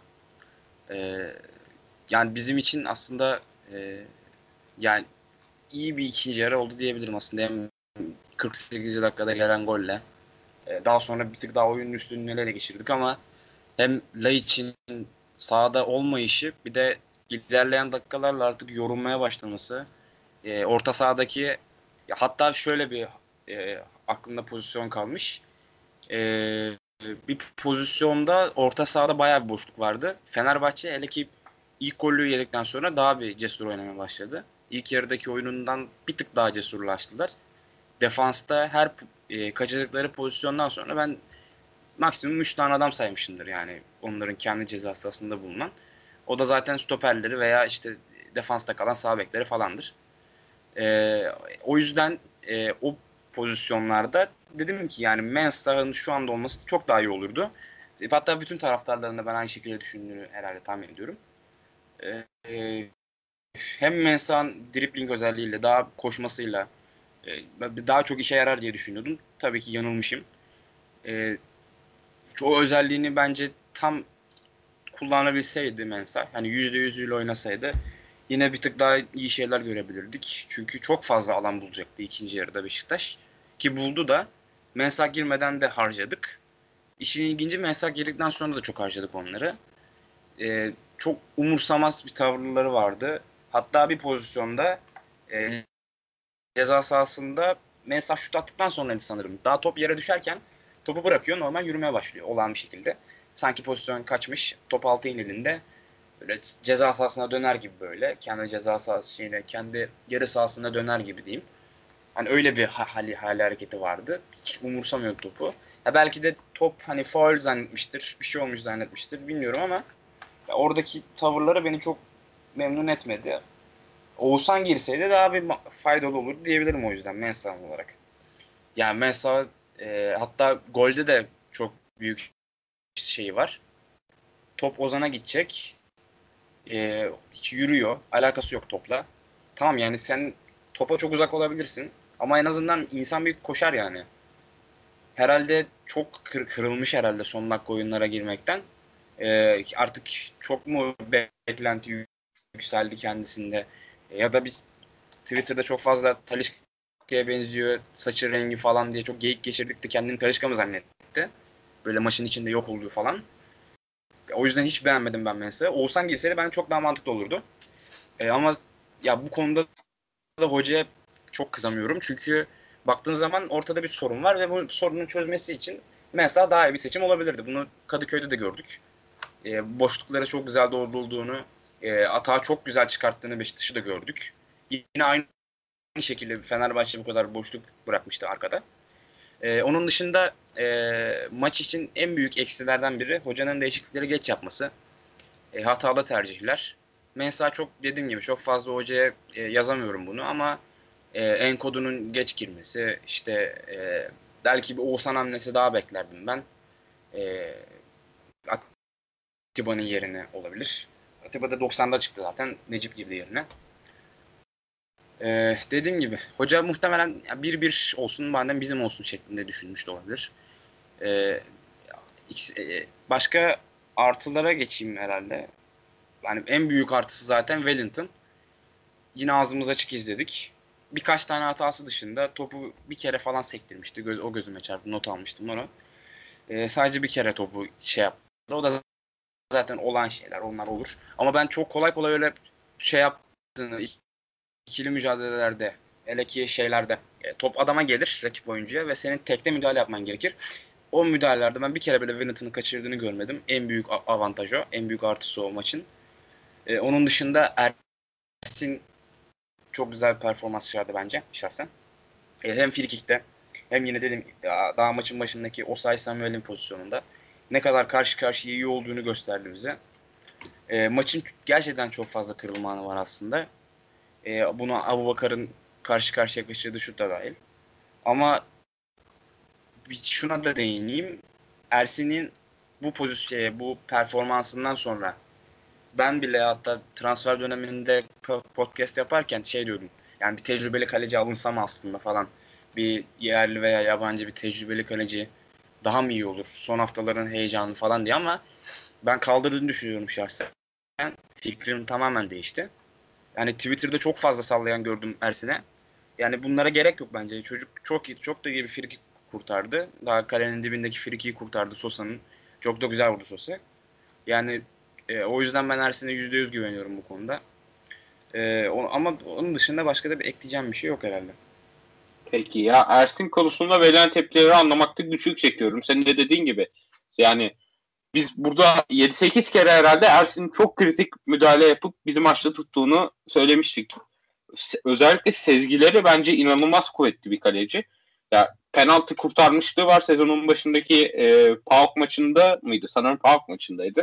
Yani bizim için aslında yani iyi bir ikinci yarı oldu diyebilirim aslında. Hem 48. dakikada gelen golle. Daha sonra bir tık daha oyunun üstünlüğüne ele geçirdik ama hem Laiç'in sahada olmayışı bir de ilerleyen dakikalarla artık yorulmaya başlaması. Orta sahadaki hatta şöyle bir aklımda pozisyon kalmış. Bir pozisyonda orta sahada bayağı bir boşluk vardı. Fenerbahçe hele ki ilk golü yedikten sonra daha bir cesur oynamaya başladı. İlk yarıdaki oyunundan bir tık daha cesurlaştılar. Defansta her kaçırdıkları pozisyondan sonra ben maksimum 3 tane adam saymışımdır yani onların kendi ceza sahasında bulunan. O da zaten stoperleri veya işte defansta kalan sağ bekleri falandır. O yüzden o pozisyonlarda dedim ki yani Mensah'ın şu anda olması çok daha iyi olurdu. Hatta bütün taraftarların da ben aynı şekilde düşündüğünü herhalde tahmin ediyorum. Hem Mensah'ın dribbling özelliğiyle daha koşmasıyla daha çok işe yarar diye düşünüyordum. Tabii ki yanılmışım. O özelliğini bence tam kullanabilseydi Mensah, hani %100'üyle oynasaydı yine bir tık daha iyi şeyler görebilirdik. Çünkü çok fazla alan bulacaktı ikinci yarıda Beşiktaş. Ki buldu da. Mensah girmeden de harcadık. İşin ilginci Mensah girdikten sonra da çok harcadık onları. Çok umursamaz bir tavırları vardı. Hatta bir pozisyonda ceza sahasında Mensah şut attıktan sonraydı sanırım. Daha top yere düşerken topu bırakıyor, normal yürümeye başlıyor olağan bir şekilde. Sanki pozisyon kaçmış, top altı inildiğinde böyle ceza sahasına döner gibi böyle. Kendi ceza sahası kendi yarı sahasına döner gibi diyeyim. Hani öyle bir hali hareketi vardı. Hiç umursamıyor topu. Ya belki de top hani faul zannetmiştir, bir şey olmuş zannetmiştir bilmiyorum ama oradaki tavırları beni çok memnun etmedi. Oğuzhan girseydi daha bir faydalı olur diyebilirim o yüzden Mensah olarak. Yani Mensah hatta golde de çok büyük şeyi var. Top Ozan'a gidecek. Hiç yürüyor. Alakası yok topla. Tamam yani sen topa çok uzak olabilirsin. Ama en azından insan bir koşar yani. Herhalde çok kırılmış herhalde son dakika oyunlara girmekten. Artık çok mu beklenti yükseldi kendisinde. Ya da biz Twitter'da çok fazla Talisca'ya benziyor, saçı rengi falan diye çok geyik geçirdik de kendini Talisca mı zannetti? Böyle maçın içinde yok olduğu falan. O yüzden hiç beğenmedim ben mesela. Oğuzhan gelseydi ben çok daha mantıklı olurdu. Ama ya bu konuda da hocaya çok kızamıyorum. Çünkü baktığın zaman ortada bir sorun var ve bu sorunun çözmesi için mesela daha iyi bir seçim olabilirdi. Bunu Kadıköy'de de gördük. Boşluklara çok güzel doldurulduğunu, atağı çok güzel çıkarttığını Beşiktaş'ı da gördük. Yine aynı şekilde Fenerbahçe bu kadar boşluk bırakmıştı arkada. Onun dışında maç için en büyük eksilerden biri hocanın değişiklikleri geç yapması. Hatalı tercihler. Mensah çok dediğim gibi çok fazla hocaya yazamıyorum bunu ama Enkodu'nun geç girmesi işte belki bir Oğuzhan hamlesi daha beklerdim ben. Atiba'nın yerine olabilir. Atiba da 90'da çıktı zaten. Necip girdi yerine. Dediğim gibi hoca muhtemelen 1-1 olsun madem bizim olsun şeklinde düşünmüş de olabilir. Başka artılara geçeyim herhalde. Yani en büyük artısı zaten Wellington. Yine ağzımız açık izledik. Birkaç tane hatası dışında topu bir kere falan sektirmişti. O gözüme çarptı. Not almıştım onu. Sadece bir kere topu şey yaptı. O da zaten olan şeyler. Onlar olur. Ama ben çok kolay kolay öyle şey yaptığını ikili mücadelelerde, hele ki şeylerde top adama gelir, rakip oyuncuya ve senin tekte müdahale yapman gerekir. O müdahalelerde ben bir kere bile Wellington'ın kaçırdığını görmedim. En büyük avantaj o. En büyük artısı o maçın. Onun dışında Ersin çok güzel bir performans çıkardı bence şahsen. Hem frikikte hem yine dedim daha maçın başındaki Osayi Samuel'in pozisyonunda ne kadar karşı karşıya iyi olduğunu gösterdi bize. Maçın gerçekten çok fazla kırılma anı var aslında. Buna Abubakar'ın karşı karşıya kaçırdığı şut da dahil. Ama şuna da değineyim. Ersin'in bu performansından sonra ben bile hatta transfer döneminde podcast yaparken şey diyordum. Yani bir tecrübeli kaleci alınsam aslında falan. Bir yerli veya yabancı bir tecrübeli kaleci daha mı iyi olur? Son haftaların heyecanı falan diye ama ben kaldırdığını düşünüyorum şahsen. Fikrim tamamen değişti. Yani Twitter'da çok fazla sallayan gördüm Ersin'e. Yani bunlara gerek yok bence. Çocuk çok da iyi bir friki kurtardı. Daha kalenin dibindeki frikiyi kurtardı Sosa'nın. Çok da güzel vurdu Sosa. Yani o yüzden ben Ersin'e %100 güveniyorum bu konuda. Ama onun dışında başka da bir ekleyeceğim bir şey yok herhalde. Peki ya Ersin konusunda verilen tepkileri anlamakta güçlük çekiyorum. Senin de dediğin gibi. Yani biz burada 7-8 kere herhalde Ersin'in çok kritik müdahale yapıp bizi maçta tuttuğunu söylemiştik. Özellikle sezgileri bence inanılmaz kuvvetli bir kaleci. Ya penaltı kurtarmışlığı var sezonun başındaki PAOK maçında mıydı? Sanırım PAOK maçındaydı.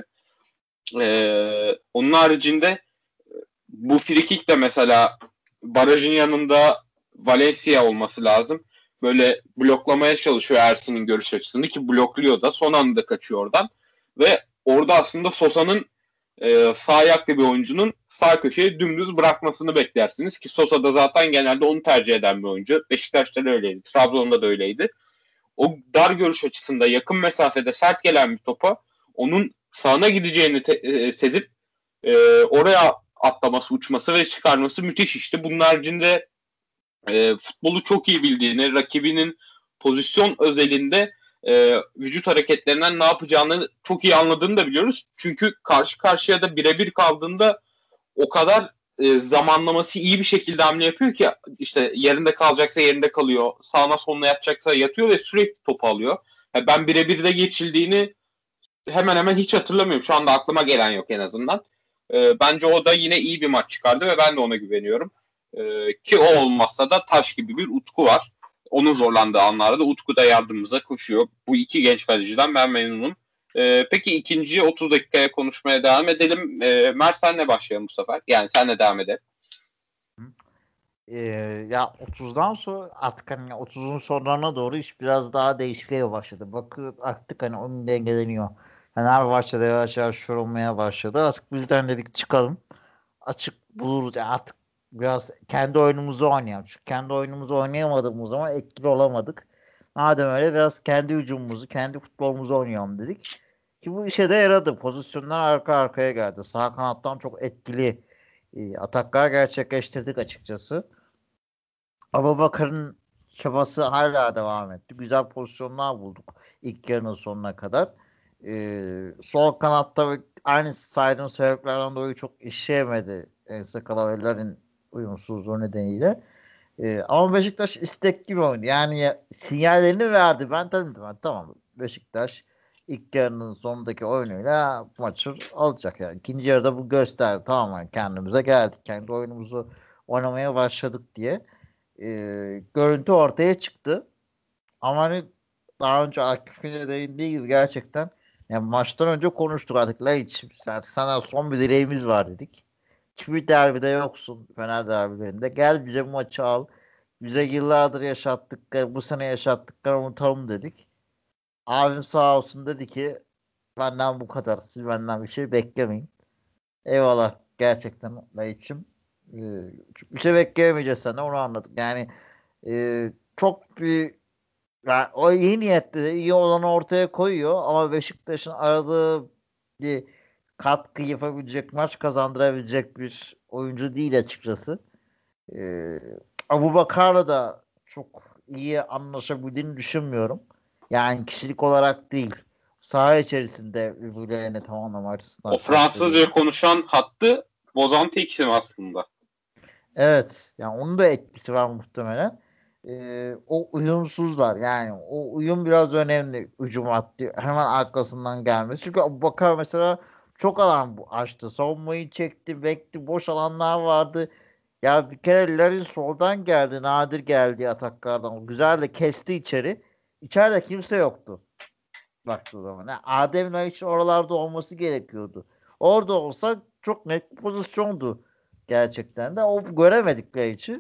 Onun haricinde bu frikik de mesela barajın yanında Valencia olması lazım. Böyle bloklamaya çalışıyor Ersin'in görüş açısını ki blokluyor da son anda kaçıyor oradan. Ve orada aslında Sosa'nın sağ ayaklı bir oyuncunun sağ köşeye dümdüz bırakmasını beklersiniz ki Sosa da zaten genelde onu tercih eden bir oyuncu. Beşiktaş'ta da öyleydi. Trabzon'da da öyleydi. O dar görüş açısında yakın mesafede sert gelen bir topa onun sağına gideceğini sezip oraya atlaması, uçması ve çıkarması müthiş işte. Bunun haricinde futbolu çok iyi bildiğini, rakibinin pozisyon özelinde vücut hareketlerinden ne yapacağını çok iyi anladığını da biliyoruz. Çünkü karşı karşıya da birebir kaldığında o kadar zamanlaması iyi bir şekilde hamle yapıyor ki işte yerinde kalacaksa yerinde kalıyor, sağına soluna yatacaksa yatıyor ve sürekli topu alıyor. Yani ben birebir de geçildiğini hemen hemen hiç hatırlamıyorum. Şu anda aklıma gelen yok en azından. Bence o da yine iyi bir maç çıkardı ve ben de ona güveniyorum. Ki o olmazsa da Taş gibi bir Utku var. Onun zorlandığı anlarda da Utku da yardımımıza koşuyor. Bu iki genç kaleciden ben memnunum. Peki ikinci 30 dakikaya konuşmaya devam edelim. Mert senle başlayalım bu sefer. Yani senle devam edelim. Ya 30'dan sonra artık hani 30'un sonlarına doğru iş biraz daha değişmeye başladı. Bakın artık hani onun dengeleniyor. Fenerbahçe'de yavaş yavaş yorulmaya başladı. Artık bizden dedik çıkalım. Açık buluruz. Yani artık biraz kendi oyunumuzu oynayalım. Çünkü kendi oyunumuzu oynayamadığımız zaman etkili olamadık. Madem öyle biraz kendi hücumumuzu, kendi futbolumuzu oynayalım dedik. Ki bu işe de yaradı. Pozisyonlar arka arkaya geldi. Sağ kanattan çok etkili ataklar gerçekleştirdik açıkçası. Abubakar'ın çabası hala devam etti. Güzel pozisyonlar bulduk ilk yarının sonuna kadar. Sol kanatta aynı saydığım sebeplerden dolayı çok işleyemedi Sakalavellerin uyumsuzluğu nedeniyle. Ama Beşiktaş istekli bir oyundu. Yani sinyallerini verdi. Ben dedim tamam Beşiktaş ilk yarının sonundaki oyunuyla maçı alacak. Yani ikinci yarıda bu gösterdi. Tamam yani kendimize geldik. Kendi oyunumuzu oynamaya başladık diye. Görüntü ortaya çıktı. Ama hani daha önce Akif'in de değindiği gibi gerçekten yani maçtan önce konuştuk artık Laiç. Artık sana son bir dileğimiz var dedik. Hiçbir derbide yoksun Fener derbilerinde. Gel bize bu maçı al. Bize yıllardır yaşattıkları, bu sene yaşattıkları unutalım dedik. Abim sağ olsun dedi ki benden bu kadar. Siz benden bir şey beklemeyin. Eyvallah gerçekten Laiç'im. Ee, bir şey bekleyemeyeceğiz senden onu anladık. Yani çok bir yani o iyi niyetli de iyi olanı ortaya koyuyor ama Beşiktaş'ın aradığı bir katkı yapabilecek, maç kazandırabilecek bir oyuncu değil açıkçası. Ee, Abubakar'la da çok iyi anlaşabildiğini düşünmüyorum. Yani kişilik olarak değil. Saha içerisinde birbirlerini tamamlama açısından O Fransızca kastediyorum. konuşan hattı bozan tek isim aslında. Evet. Yani onun da etkisi var muhtemelen. O uyumsuzlar. Yani o uyum biraz önemli. Hücum hattı hemen arkasından gelmesi. Çünkü Abubakar mesela çok alan açtı. Savunmayı çekti, bekti. Boş alanlar vardı. Ya bir kere Larin soldan geldi. Nadir geldi ataklardan. O güzel de kesti içeri. İçeride kimse yoktu. Baktığı zaman. Yani Adem Laiç oralarda olması gerekiyordu. Orada olsa çok net bir pozisyondu. Gerçekten de. O göremedik Laiç'i.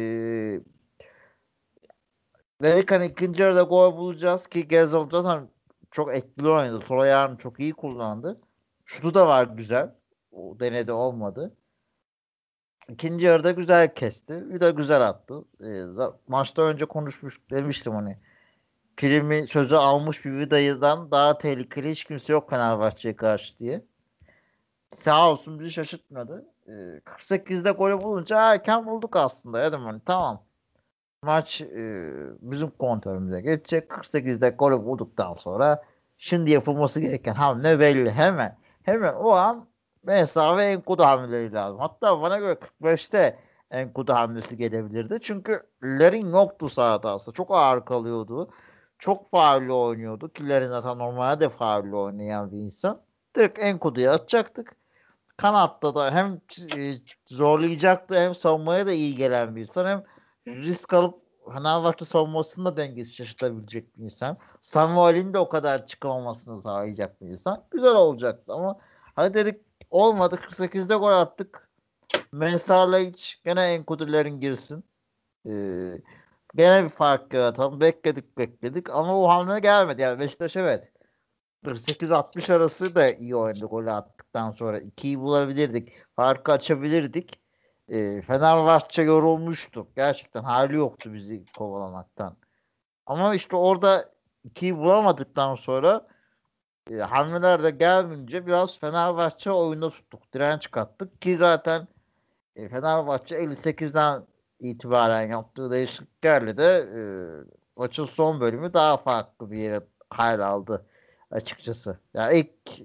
Dedik hani ikinci yarıda gol bulacağız ki Gezal zaten çok etkili oynadı. Sol ayağını çok iyi kullandı. Şutu da var güzel. O denedi olmadı. İkinci yarıda güzel kesti. Bir de güzel attı. Maçta önce demiştim hani. Primi sözü almış bir Vida'dan daha tehlikeli hiç kimse yok Fenerbahçe'ye karşı diye. Sağ olsun bizi şaşırtmadı. 48'de golü bulunca erken bulduk aslında. Dedim hani tamam. Maç bizim kontrolümüze geçecek. 48'de golü bulduktan sonra şimdi yapılması gereken hamle belli. Hemen o an mesafe Enkudu hamleleri lazım. Hatta bana göre 45'te Enkudu hamlesi gelebilirdi. Çünkü Larin yoktu sahada aslında. Çok ağır kalıyordu. Çok faulli oynuyordu. Ki Larin zaten normalde de faulli oynayan bir insan. Direkt Enkudu'ya atacaktık. Kanatta da hem zorlayacaktı hem savunmaya da iyi gelen bir insan hem risk alıp Fenerbahçe savunmasında dengesi şaşırtabilecek bir insan. Samuel'in de o kadar çıkamamasını sağlayacak bir insan. Güzel olacaktı ama hadi dedik olmadı 48'de gol attık. Mensah'la hiç gene Enkudu'lerin girsin. Ee, Gene bir fark yaratalım. Bekledik ama o hamle gelmedi. Yani Beşiktaş evet 48-60 arası da iyi oynadı golü attıktan sonra. 2'yi bulabilirdik. Farkı açabilirdik. Fenerbahçe yorulmuştu. Gerçekten hali yoktu bizi kovalamaktan. Ama işte orada 2'yi bulamadıktan sonra hamleler de gelmeyince biraz Fenerbahçe oyunda tuttuk. Direnç kattık ki zaten Fenerbahçe 58'den itibaren yaptığı değişikliklerle de maçın son bölümü daha farklı bir yere hal aldı açıkçası. Yani ilk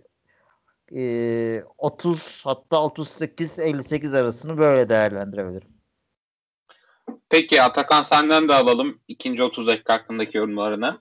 30 hatta 38-58 arasını böyle değerlendirebilirim. Peki Atakan senden de alalım ikinci 30 dakika hakkındaki yorumlarını.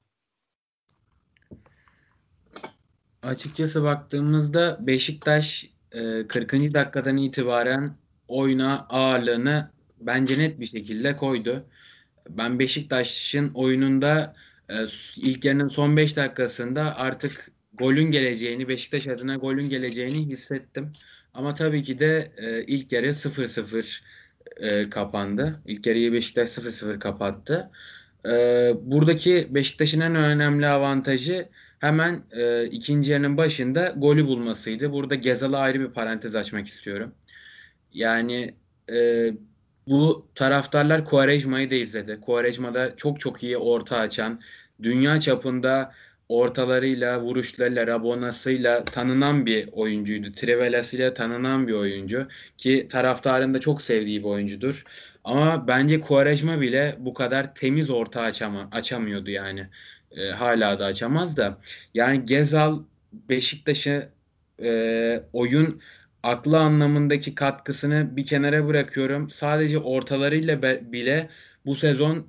Açıkçası baktığımızda Beşiktaş 40. dakikadan itibaren oyuna ağırlığını bence net bir şekilde koydu. Ben Beşiktaş'ın oyununda ilk yarının son 5 dakikasında artık golün geleceğini, Beşiktaş adına golün geleceğini hissettim. Ama tabii ki de ilk yarı 0-0 kapandı. İlk yarıyı Beşiktaş 0-0 kapattı. Buradaki Beşiktaş'ın en önemli avantajı hemen ikinci yarının başında golü bulmasıydı. Burada Gezal'a ayrı bir parantez açmak istiyorum. Yani e, bu taraftarlar Quaresma'yı da izledi. Quaresma'da çok çok iyi orta açan, dünya çapında ortalarıyla, vuruşlarıyla, rabonasıyla tanınan bir oyuncuydu. Trivelasıyla tanınan bir oyuncu ki taraftarın da çok sevdiği bir oyuncudur. Ama bence Quaresma bile bu kadar temiz orta açamıyordu yani. Hala da açamaz da. Yani Gezal Beşiktaş'ı oyun aklı anlamındaki katkısını bir kenara bırakıyorum. Sadece ortalarıyla bile bu sezon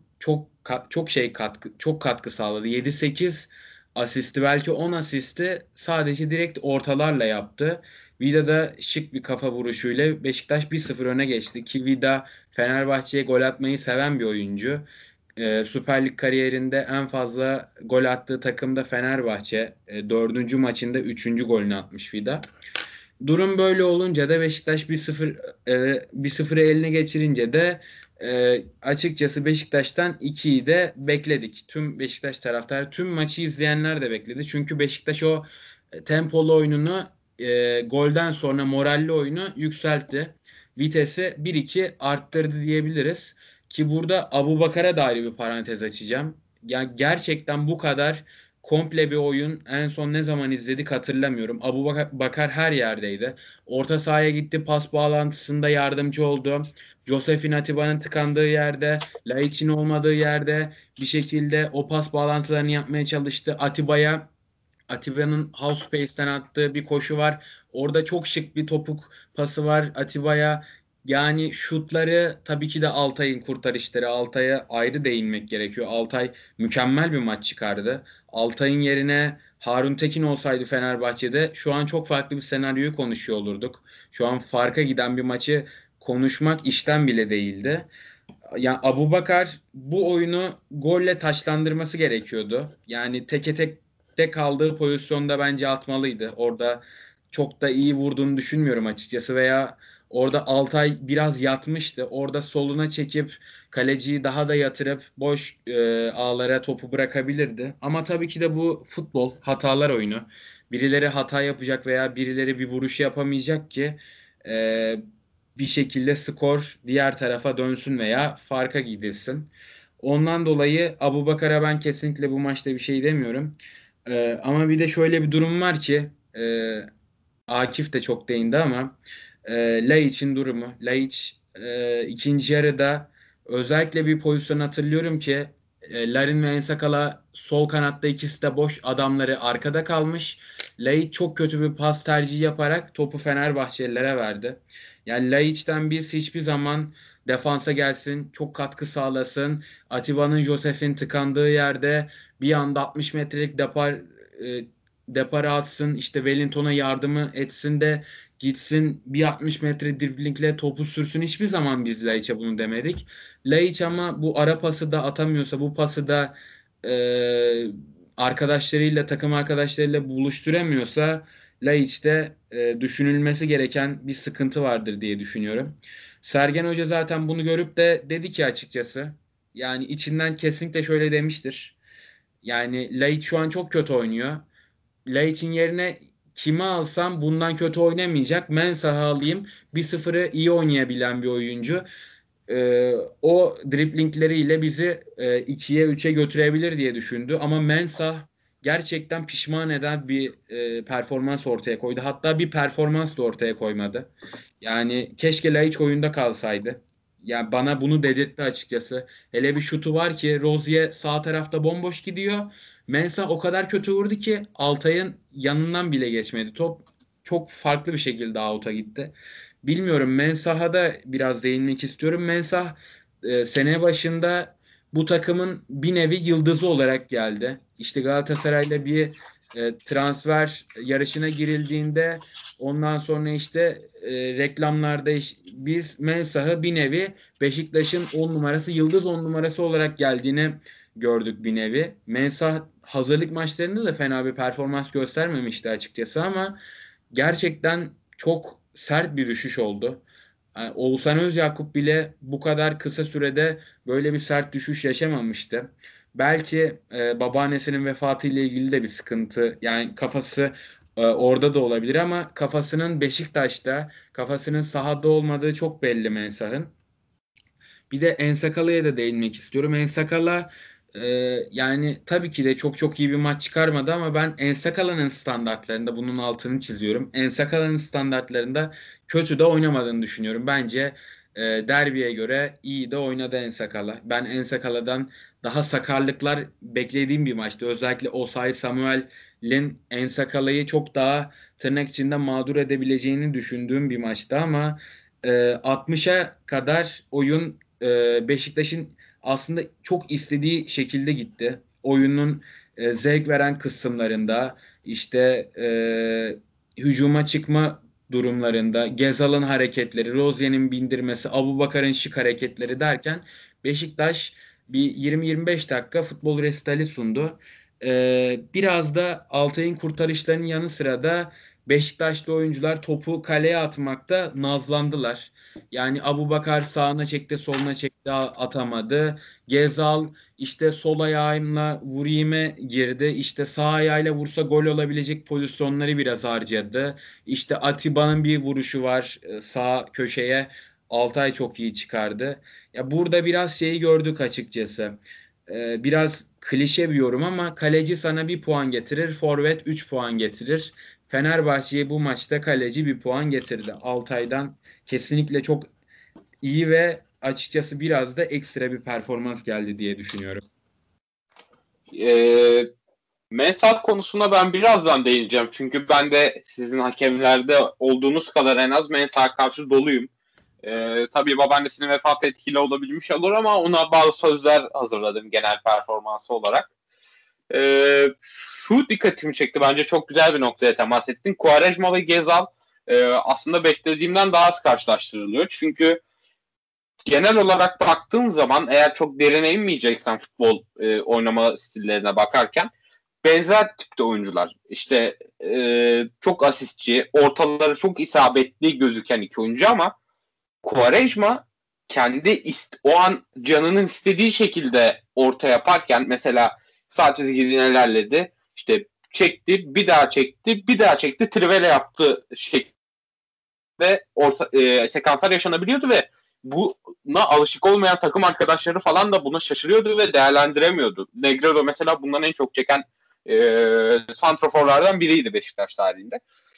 çok katkı sağladı. 7-8 asisti belki 10 asisti sadece direkt ortalarla yaptı. Vida da şık bir kafa vuruşuyla Beşiktaş 1-0 öne geçti ki Vida Fenerbahçe'ye gol atmayı seven bir oyuncu. Süper Lig kariyerinde en fazla gol attığı takım da Fenerbahçe. 4. maçında 3. golünü atmış Vida. Durum böyle olunca da Beşiktaş 1-0'ı eline geçirince de açıkçası Beşiktaş'tan 2'yi de bekledik. Tüm Beşiktaş taraftarı, tüm maçı izleyenler de bekledi. Çünkü Beşiktaş o tempolu oyununu golden sonra moralli oyunu yükseltti. Vitesi 1-2 arttırdı diyebiliriz. Ki burada Abubakar'a dair bir parantez açacağım. Yani gerçekten bu kadar komple bir oyun en son ne zaman izledik hatırlamıyorum. Bakar her yerdeydi. Orta sahaya gitti, pas bağlantısında yardımcı oldu. Josefin Atiba'nın tıkandığı yerde, Laiç'in olmadığı yerde bir şekilde o pas bağlantılarını yapmaya çalıştı. Atiba'nın half space'ten attığı bir koşu var. Orada çok şık bir topuk pası var Atiba'ya. Yani şutları tabii ki de Altay'ın kurtarışları. Altay'a ayrı değinmek gerekiyor. Altay mükemmel bir maç çıkardı. Altay'ın yerine Harun Tekin olsaydı Fenerbahçe'de şu an çok farklı bir senaryoyu konuşuyor olurduk. Şu an farka giden bir maçı konuşmak işten bile değildi. Yani Abubakar bu oyunu golle taçlandırması gerekiyordu. Yani teke tek kaldığı pozisyonda bence atmalıydı. Orada çok da iyi vurduğunu düşünmüyorum açıkçası veya orada Altay biraz yatmıştı. Orada soluna çekip kaleciyi daha da yatırıp boş ağlara topu bırakabilirdi. Ama tabii ki de bu futbol, hatalar oyunu. Birileri hata yapacak veya birileri bir vuruş yapamayacak ki e, bir şekilde skor diğer tarafa dönsün veya farka gidilsin. Ondan dolayı Abubakar'a ben kesinlikle bu maçta bir şey demiyorum. Ama bir de şöyle bir durum var ki Akif de çok değindi ama Laiç'in durumu. Laiç ikinci yarıda özellikle bir pozisyon hatırlıyorum ki Larin ve Ensakala sol kanatta ikisi de boş, adamları arkada kalmış. Laiç çok kötü bir pas tercihi yaparak topu Fenerbahçelilere verdi. Yani Laiç'ten biz hiçbir zaman defansa gelsin, çok katkı sağlasın. Atiba'nın Josef'in tıkandığı yerde bir anda 60 metrelik depara atsın, işte Wellington'a yardımı etsin de gitsin bir 60 metre driblingle topu sürsün. Hiçbir zaman biz Laiç'e bunu demedik. Laiç ama bu ara pası da atamıyorsa, bu pası da arkadaşlarıyla, takım arkadaşlarıyla buluşturamıyorsa Laiç'te düşünülmesi gereken bir sıkıntı vardır diye düşünüyorum. Sergen Hoca zaten bunu görüp de dedi ki açıkçası, yani içinden kesinlikle şöyle demiştir. Yani Laiç şu an çok kötü oynuyor. Laiç'in yerine kimi alsam bundan kötü oynamayacak. Mensah'ı alayım. 1-0'ı iyi oynayabilen bir oyuncu. O driblingleriyle bizi 2'ye 3'e götürebilir diye düşündü. Ama Mensah gerçekten pişman eden bir performans ortaya koydu. Hatta bir performans da ortaya koymadı. Yani keşke Laiç oyunda kalsaydı. Yani bana bunu dedirtti açıkçası. Hele bir şutu var ki Rozier sağ tarafta bomboş gidiyor. Mensah o kadar kötü vurdu ki Altay'ın yanından bile geçmedi. Top çok farklı bir şekilde out'a gitti. Bilmiyorum, Mensah'a da biraz değinmek istiyorum. Mensah sene başında bu takımın bir nevi yıldızı olarak geldi. İşte Galatasaray'la bir transfer yarışına girildiğinde ondan sonra işte reklamlarda biz Mensah'ı bir nevi Beşiktaş'ın 10 numarası, yıldız 10 numarası olarak geldiğini gördük bir nevi. Mensah hazırlık maçlarında da fena bir performans göstermemişti açıkçası ama gerçekten çok sert bir düşüş oldu. Yani Oğuzhan Özyakup bile bu kadar kısa sürede böyle bir sert düşüş yaşamamıştı. Belki babaannesinin vefatıyla ilgili de bir sıkıntı. Yani kafası orada da olabilir ama kafasının Beşiktaş'ta, kafasının sahada olmadığı çok belli Mensah'ın. Bir de Ensakala'ya da değinmek istiyorum. Ensakala e, yani tabii ki de çok çok iyi bir maç çıkarmadı ama ben Ensakala'nın standartlarında bunun altını çiziyorum. Ensakala'nın standartlarında kötü de oynamadığını düşünüyorum. Bence derbiye göre iyi de oynadı Ensakala. Ben Ensakala'dan daha sakarlıklar beklediğim bir maçtı. Özellikle Osayi Samuel'in Ensakala'yı çok daha tırnak içinde mağdur edebileceğini düşündüğüm bir maçtı ama 60'a kadar oyun Beşiktaş'ın aslında çok istediği şekilde gitti. Oyunun zevk veren kısımlarında işte hücuma çıkma durumlarında Gezal'ın hareketleri, Rozier'in bindirmesi, Abubakar'ın şık hareketleri derken Beşiktaş bir 20-25 dakika futbol resitali sundu. Biraz da Altay'ın kurtarışlarının yanı sıra da Beşiktaşlı oyuncular topu kaleye atmakta nazlandılar. Yani Abubakar sağına çekti, soluna çekti, atamadı. Gezal işte sol ayağıyla vurayım'a girdi. İşte sağ ayağıyla vursa gol olabilecek pozisyonları biraz harcadı. İşte Atiba'nın bir vuruşu var sağ köşeye. Altay çok iyi çıkardı. Ya burada biraz şeyi gördük açıkçası. Biraz klişe bir yorum ama kaleci sana 1 puan getirir, forvet 3 puan getirir. Fenerbahçe'ye bu maçta kaleci 1 puan getirdi. Altay'dan kesinlikle çok iyi ve açıkçası biraz da ekstra bir performans geldi diye düşünüyorum. Mensah konusuna ben birazdan değineceğim. Çünkü ben de sizin hakemlerde olduğunuz kadar en az Mensah'a karşı doluyum. Tabii babaannesinin vefatı etkili olabilmiş olur ama ona bazı sözler hazırladım genel performansı olarak. Şu dikkatimi çekti. Bence çok güzel bir noktaya temas ettin. Quaresma ve Gezal aslında beklediğimden daha az karşılaştırılıyor. Çünkü genel olarak baktığın zaman eğer çok derine inmeyeceksen futbol oynama stillerine bakarken benzer tipte oyuncular. İşte çok asistçi, ortaları çok isabetli gözüken iki oyuncu ama Quaresma kendi o an canının istediği şekilde orta yaparken mesela saat çizgini ilerledi. İşte çekti, bir daha çekti, bir daha çekti, trivela yaptı şeklinde sekanslar yaşanabiliyordu ve buna alışık olmayan takım arkadaşları falan da buna şaşırıyordu ve değerlendiremiyordu. Negredo mesela bundan en çok çeken santraforlardan biriydi Beşiktaş tarihinde.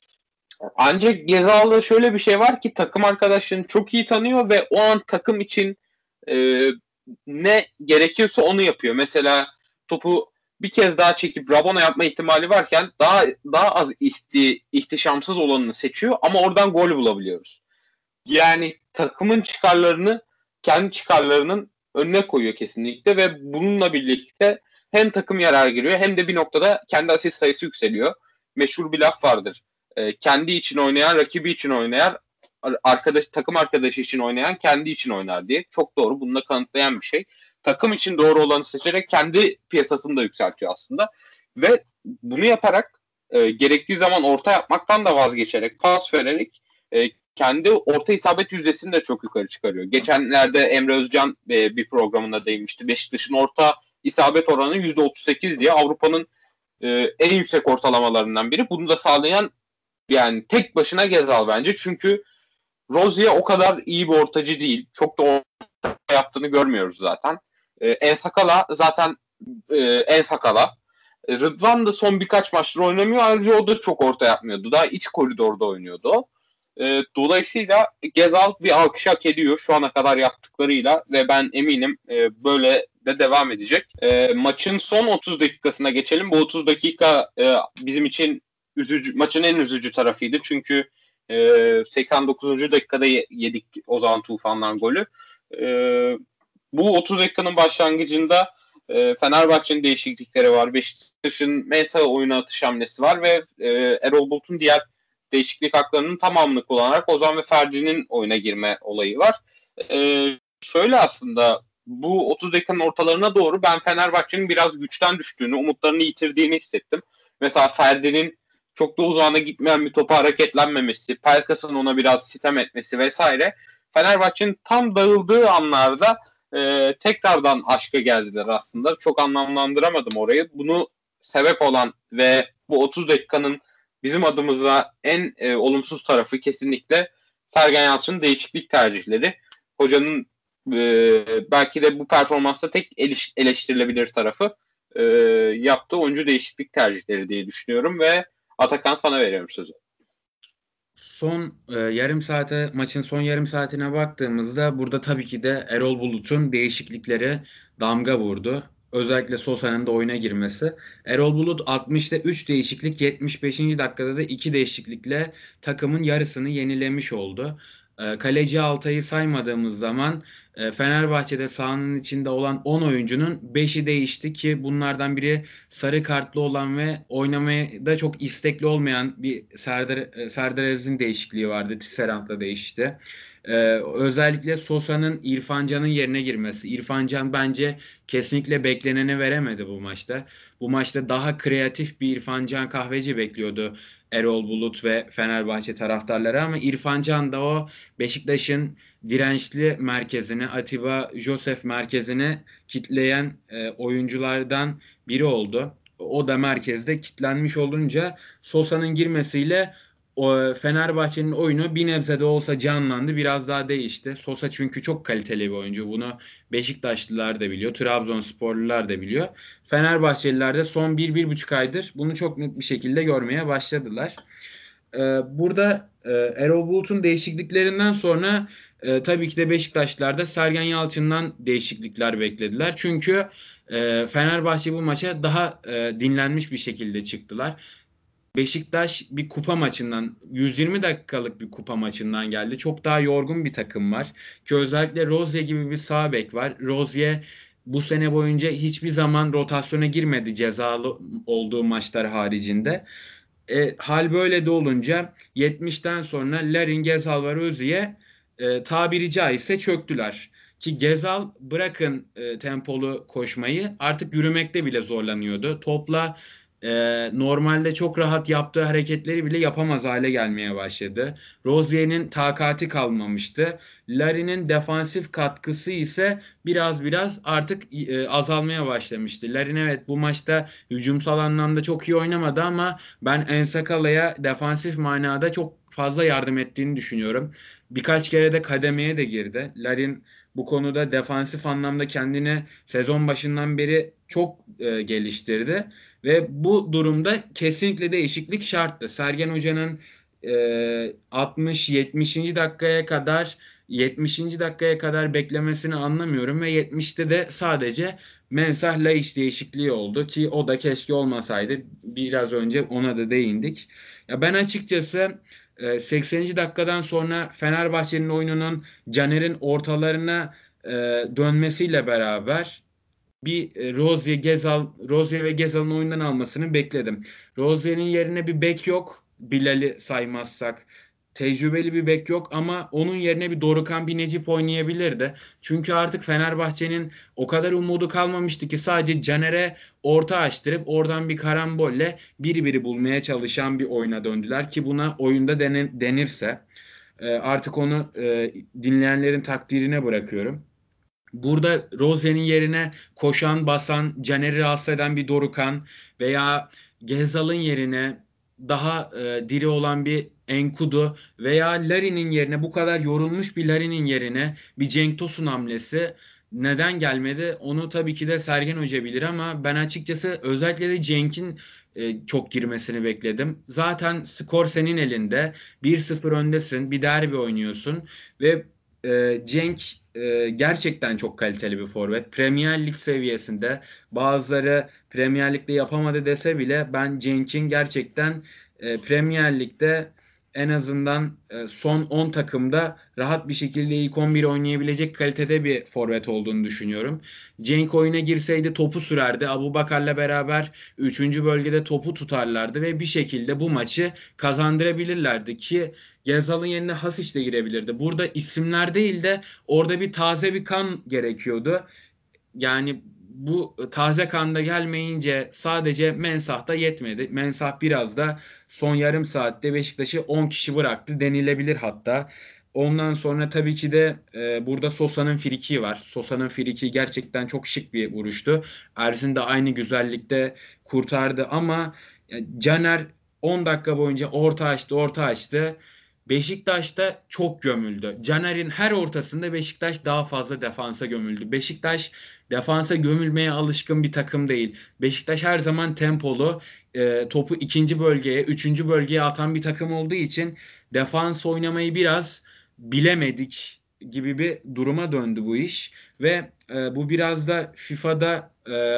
Ancak Gezal'da şöyle bir şey var ki takım arkadaşlarını çok iyi tanıyor ve o an takım için ne gerekiyorsa onu yapıyor. Mesela topu bir kez daha çekip Rabona yapma ihtimali varken daha az ihtişamsız olanını seçiyor ama oradan gol bulabiliyoruz. Yani takımın çıkarlarını kendi çıkarlarının önüne koyuyor kesinlikle ve bununla birlikte hem takım yarar giriyor hem de bir noktada kendi asist sayısı yükseliyor. Meşhur bir laf vardır. Kendi için oynayan, rakibi için oynayan, takım arkadaşı için oynayan kendi için oynar diye. Çok doğru. Bunu da kanıtlayan bir şey. Takım için doğru olanı seçerek kendi piyasasını da yükseltiyor aslında. Ve bunu yaparak gerektiği zaman orta yapmaktan da vazgeçerek, pas vererek kendi orta isabet yüzdesini de çok yukarı çıkarıyor. Geçenlerde Emre Özcan bir programında değinmişti. Beşiktaş'ın orta isabet oranı %38 diye Avrupa'nın en yüksek ortalamalarından biri. Bunu da sağlayan yani tek başına Gezal bence. Çünkü Rozier o kadar iyi bir ortacı değil. Çok da orta yaptığını görmüyoruz zaten. Ensakala zaten Ensakala. Rıdvan da son birkaç maçtır oynamıyor. Ayrıca o da çok orta yapmıyordu. Daha iç koridorda oynuyordu o. Dolayısıyla Gezal bir alkış hak ediyor şu ana kadar yaptıklarıyla ve ben eminim böyle de devam edecek. Maçın son 30 dakikasına geçelim. Bu 30 dakika bizim için maçın en üzücü tarafıydı. Çünkü 89. dakikada yedik o zaman Tufan'dan golü. Bu 30 dakikanın başlangıcında Fenerbahçe'nin değişiklikleri var. Beşiktaş'ın Mensah oyuna atış hamlesi var ve Erol Bulut'un diğer değişiklik haklarının tamamını kullanarak Ozan ve Ferdi'nin oyuna girme olayı var. Şöyle aslında bu 30 dakikanın ortalarına doğru ben Fenerbahçe'nin biraz güçten düştüğünü, umutlarını yitirdiğini hissettim. Mesela Ferdi'nin çok da uzağına gitmeyen bir topa hareketlenmemesi, Pelkas'ın ona biraz sitem etmesi vesaire. Fenerbahçe'nin tam dağıldığı anlarda tekrardan aşka geldiler aslında. Çok anlamlandıramadım orayı. Bunu sebep olan ve bu 30 dakikanın bizim adımıza en olumsuz tarafı kesinlikle Sergen Yalçın'ın değişiklik tercihleri. Hocanın belki de bu performansta tek eleştirilebilir tarafı yaptığı oyuncu değişiklik tercihleri diye düşünüyorum ve Atakan sana veriyorum sözü. Son yarım saate maçın son yarım saatine baktığımızda burada tabii ki de Erol Bulut'un değişiklikleri damga vurdu. Özellikle Sosa'nın da oyuna girmesi. Erol Bulut 60'ta 3 değişiklik, 75. dakikada da 2 değişiklikle takımın yarısını yenilemiş oldu. Kaleci Altay'ı saymadığımız zaman Fenerbahçe'de sahanın içinde olan 10 oyuncunun 5'i değişti ki bunlardan biri sarı kartlı olan ve oynamaya da çok istekli olmayan bir Serdar Aziz'in değişikliği vardı. Tisserand'la değişti. Özellikle Sosa'nın İrfan Can'ın yerine girmesi. İrfan Can bence kesinlikle bekleneni veremedi bu maçta. Bu maçta daha kreatif bir İrfan Can Kahveci bekliyordu Erol Bulut ve Fenerbahçe taraftarları ama İrfan Can da o Beşiktaş'ın dirençli merkezini, Atiba Joseph merkezini kitleyen oyunculardan biri oldu. O da merkezde kitlenmiş olunca Sosa'nın girmesiyle o Fenerbahçe'nin oyunu bir nebze de olsa canlandı. Biraz daha değişti. Sosa çünkü çok kaliteli bir oyuncu. Bunu Beşiktaşlılar da biliyor. Trabzonsporlular da biliyor. Fenerbahçeliler de son 1-1,5 aydır bunu çok net bir şekilde görmeye başladılar. Burada Erol Bulut'un değişikliklerinden sonra tabii ki de Beşiktaşlılar da Sergen Yalçın'dan değişiklikler beklediler. Çünkü Fenerbahçe bu maça daha dinlenmiş bir şekilde çıktılar. Beşiktaş bir kupa maçından 120 dakikalık bir kupa maçından geldi. Çok daha yorgun bir takım var. Ki özellikle Rozier gibi bir sağ bek var. Rozier bu sene boyunca hiçbir zaman rotasyona girmedi cezalı olduğu maçlar haricinde. Hal böyle de olunca 70'ten sonra Larin, Gezal ve Rozier tabiri caizse çöktüler. Ki Gezal bırakın tempolu koşmayı artık yürümekte bile zorlanıyordu. Topla normalde çok rahat yaptığı hareketleri bile yapamaz hale gelmeye başladı. Rozier'in takati kalmamıştı. Larin'in defansif katkısı ise biraz artık azalmaya başlamıştı. Larin evet bu maçta hücumsal anlamda çok iyi oynamadı ama ben Ensakala'ya defansif manada çok fazla yardım ettiğini düşünüyorum. Birkaç kere de kademeye de girdi. Larin bu konuda defansif anlamda kendini sezon başından beri çok geliştirdi. Ve bu durumda kesinlikle değişiklik şarttı. Sergen Hoca'nın 60-70. dakikaya kadar 70. dakikaya kadar beklemesini anlamıyorum ve 70'te de sadece Mensah Laiç değişikliği oldu ki o da keşke olmasaydı. Biraz önce ona da değindik. Ya ben açıkçası 80. dakikadan sonra Fenerbahçe'nin oyununun Caner'in ortalarına e, dönmesiyle beraber bir Rozier ve Gezal'ın oyundan almasını bekledim. Rozier'in yerine bir bek yok. Bilal'i saymazsak. Tecrübeli bir bek yok ama onun yerine bir Dorukhan, bir Necip oynayabilirdi. Çünkü artık Fenerbahçe'nin o kadar umudu kalmamıştı ki sadece Caner'e orta açtırıp oradan bir karambolle biri bulmaya çalışan bir oyuna döndüler ki buna oyunda denirse artık onu dinleyenlerin takdirine bırakıyorum. Burada Rozier'in yerine koşan, basan, Caner'i rahatsız eden bir Dorukhan veya Gezal'ın yerine daha diri olan bir Enkudu veya Larin'in yerine bu kadar yorulmuş bir Larin'in yerine bir Cenk Tosun hamlesi neden gelmedi? Onu tabii ki de Sergen Hoca bilir ama ben açıkçası özellikle de Cenk'in çok girmesini bekledim. Zaten skor senin elinde. 1-0 öndesin. Bir derbi oynuyorsun ve Cenk gerçekten çok kaliteli bir forvet. Premier Lig seviyesinde bazıları Premier Lig'de yapamadı dese bile ben Cenk'in gerçekten Premier Lig'de en azından son 10 takımda rahat bir şekilde ilk 11 oynayabilecek kalitede bir forvet olduğunu düşünüyorum. Cenk oyuna girseydi topu sürerdi. Abubakar'la beraber 3. bölgede topu tutarlardı ve bir şekilde bu maçı kazandırabilirlerdi ki Gezal'ın yerine Hasic de girebilirdi. Burada isimler değil de orada bir taze bir kan gerekiyordu. Yani bu taze kan da gelmeyince sadece Mensah da yetmedi. Mensah biraz da son yarım saatte Beşiktaş'ı 10 kişi bıraktı denilebilir hatta. Ondan sonra tabii ki de burada Sosa'nın friki var. Sosa'nın friki gerçekten çok şık bir vuruştu. Ersin de aynı güzellikte kurtardı ama Caner 10 dakika boyunca orta açtı. Beşiktaş'ta çok gömüldü. Caner'in her ortasında Beşiktaş daha fazla defansa gömüldü. Beşiktaş defansa gömülmeye alışkın bir takım değil. Beşiktaş her zaman tempolu, topu ikinci bölgeye, üçüncü bölgeye atan bir takım olduğu için defans oynamayı biraz bilemedik gibi bir duruma döndü bu iş. Ve bu biraz da FIFA'da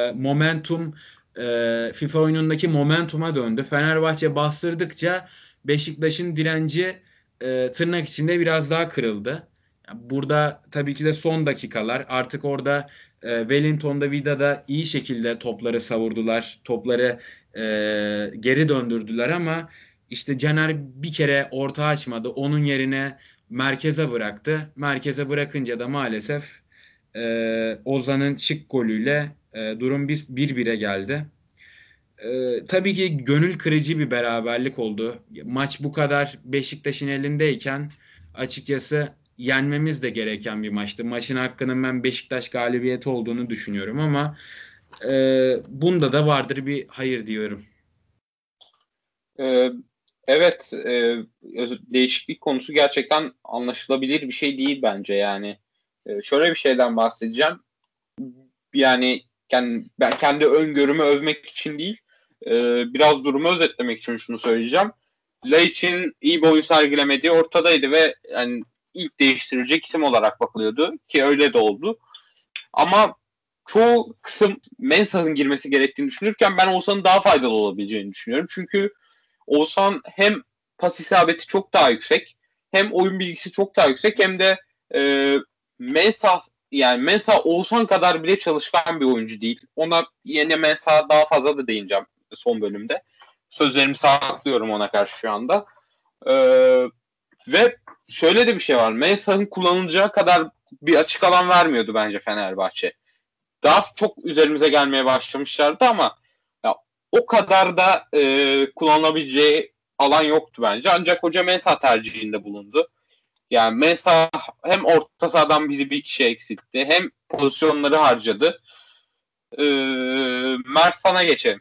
FIFA oyunundaki momentuma döndü. Fenerbahçe bastırdıkça Beşiktaş'ın direnci tırnak içinde biraz daha kırıldı. Burada tabii ki de son dakikalar artık orada Wellington'da Vida'da iyi şekilde topları savurdular. Topları geri döndürdüler ama işte Caner bir kere orta açmadı. Onun yerine merkeze bıraktı. Merkeze bırakınca da maalesef Ozan'ın şık golüyle durum 1-1'e geldi. Tabii ki gönül kırıcı bir beraberlik oldu. Maç bu kadar Beşiktaş'ın elindeyken açıkçası yenmemiz de gereken bir maçtı. Maçın hakkının ben Beşiktaş galibiyeti olduğunu düşünüyorum ama bunda da vardır bir hayır diyorum. Ee, Evet, değişiklik konusu gerçekten anlaşılabilir bir şey değil bence yani. Şöyle bir şeyden bahsedeceğim. Yani ben kendi öngörümü övmek için değil, biraz durumu özetlemek için şunu söyleyeceğim. Laiç'in iyi bir oyun sergilemediği ortadaydı ve yani ilk değiştirilecek isim olarak bakılıyordu ki öyle de oldu. Ama çoğu kısım Mensah'ın girmesi gerektiğini düşünürken ben Oğuzhan'ın daha faydalı olabileceğini düşünüyorum. Çünkü Oğuzhan hem pas isabeti çok daha yüksek, hem oyun bilgisi çok daha yüksek, hem de Mensah, yani Mensah Oğuzhan kadar bile çalışkan bir oyuncu değil. Ona yine Mensah daha fazla da değineceğim son bölümde. Sözlerimi saklıyorum ona karşı şu anda. Ve şöyle de bir şey var. Mensah'ın kullanılacağı kadar bir açık alan vermiyordu bence Fenerbahçe. Daha çok üzerimize gelmeye başlamışlardı ama ya, o kadar da kullanılabileceği alan yoktu bence. Ancak hoca Mensah tercihinde bulundu. Yani Mensah hem orta sahadan bizi bir kişi eksiltti, hem pozisyonları harcadı. Mert, sana geçelim.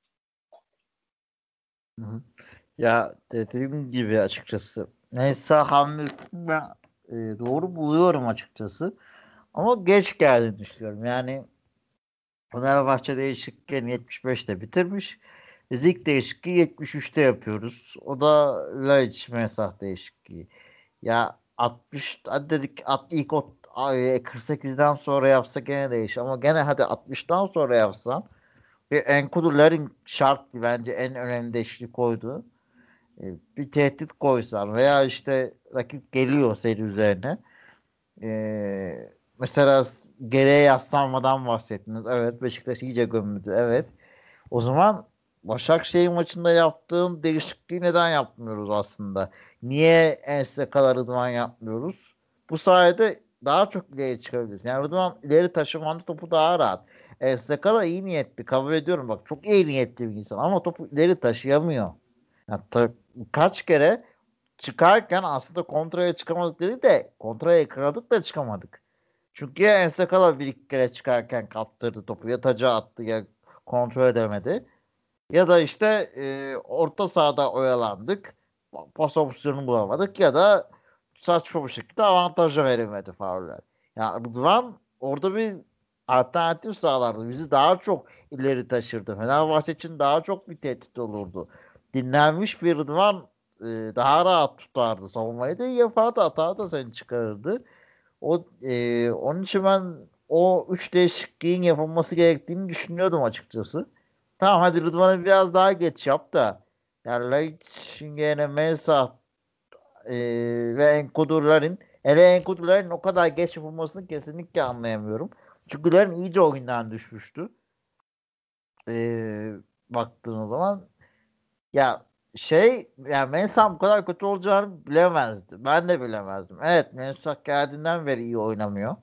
Hı. Ya dediğim gibi açıkçası neyse hamlesini ben doğru buluyorum açıkçası. Ama geç geldiğini düşünüyorum. Yani Fenerbahçe değişikliğini 75'te bitirmiş. Biz ilk değişikliği 73'te yapıyoruz. O da Laiç Mensah değişikliği. Ya 60 hadi dedik ilk 48'den sonra yapsa gene değiş ama gene hadi 60'tan sonra yapsan ve Enkudu'ların şart bence en önemli değişiklik koydu. Bir tehdit koysan veya işte rakip geliyor seri üzerine. Mesela geriye yaslanmadan bahsettiniz. Evet, Beşiktaş iyice gömüldü. Evet. O zaman Başakşehir maçında yaptığın değişikliği neden yapmıyoruz aslında? Niye Enstekala Rıdvan yapmıyoruz? Bu sayede daha çok ileri çıkabiliriz. Yani Rıdvan ileri taşımanda topu daha rahat. Enstekala iyi niyetli, kabul ediyorum. Bak, çok iyi niyetli bir insan ama topu ileri taşıyamıyor. Yani kaç kere çıkarken aslında kontraya çıkamadık dedi de kontraya yakaladık da çıkamadık. Çünkü ya Ensakala bir iki kere çıkarken kaptırdı topu, ya taca attı ya kontrol edemedi. Ya da işte orta sahada oyalandık. Pas opsiyonu bulamadık ya da saçma bir şekilde avantajı verilmedi fauller. Yani Rıdvan orada bir alternatif sağlardı. Bizi daha çok ileri taşırdı. Fenerbahçe için daha çok bir tehdit olurdu. Dinlenmiş bir Rıdvan daha rahat tutardı. Savunmayı da iyi yapardı. Hata da seni çıkarırdı. Onun için ben o üç değişikliğin yapılması gerektiğini düşünüyordum açıkçası. Tamam, hadi Rıdvan'ı biraz daha geç yap da. Yani Laiç'in yerine Mensah ve Enkudurların, hele Enkudurların o kadar geç yapılmasını kesinlikle anlayamıyorum. Çünkü Larin iyice oyundan düşmüştü. Baktığınız zaman ya yani Mensah bu kadar kötü olacağını bilemezdi. Ben de bilemezdim. Evet, Mensah geldiğinden beri iyi oynamıyor.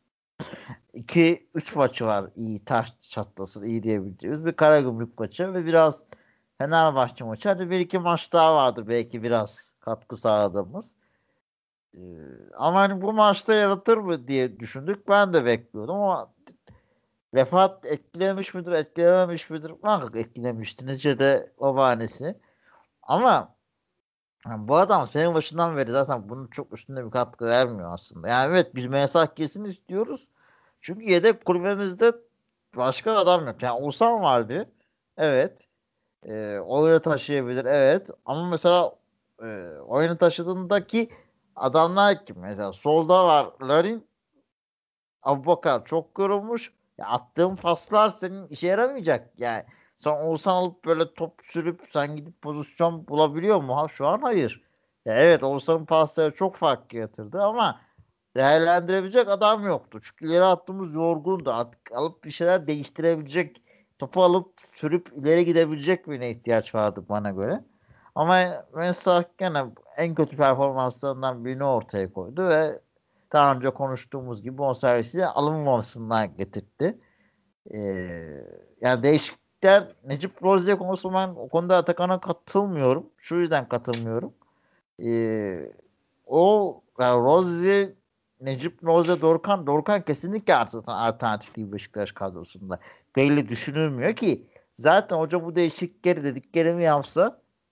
2-3 maçı var iyi, taş çatlasın iyi diyebileceğimiz. Bir Karagümrük maçı ve biraz Fenerbahçe maçı. Hadi bir iki maç daha vardır belki biraz katkı sağladığımız. Ee, Ama hani bu maçta yaratır mı diye düşündük. Ben de bekliyordum ama vefat etkilemiş midir, etkilememiş midir? Muhakkak etkilemişti. Neticede babaannesi. Ama yani bu adam senin başından beri zaten bunun çok üstünde bir katkı vermiyor aslında. Yani evet, biz mesaj kesin istiyoruz. Çünkü yedek kulübemizde başka adam yok. Yani Oğuzhan vardı. Evet. Oyunu taşıyabilir. Evet. Ama mesela oyunu taşıdığındaki adamlar kim? Mesela solda var Larin. Abubakar çok yorulmuş. Ya attığın paslar senin işe yaramayacak. Yani sen Oğuzhan alıp böyle top sürüp sen gidip pozisyon bulabiliyor mu? Ha, şu an hayır. Ya evet, Oğuzhan'ın pasları çok fark yatırdı ama değerlendirebilecek adam yoktu. Çünkü ileri attığımız yorgundu. Artık alıp bir şeyler değiştirebilecek, topu alıp sürüp ileri gidebilecek birine ihtiyaç vardı bana göre. Ama Mensah gene en kötü performanslarından birini ortaya koydu ve daha önce konuştuğumuz gibi bonservisi alınmamasından getirtti. Ee, Yani değişiklikler, Necip Rozya konusu, ben o konuda Atakan'a katılmıyorum. Şu yüzden katılmıyorum. Ee, Yani Rozya, Necip Rozya, Dorukhan kesinlikle artık alternatif değil Beşiktaş kadrosunda. Belli düşünülmüyor ki. Zaten hoca bu değişiklikleri dediklerimi yapsa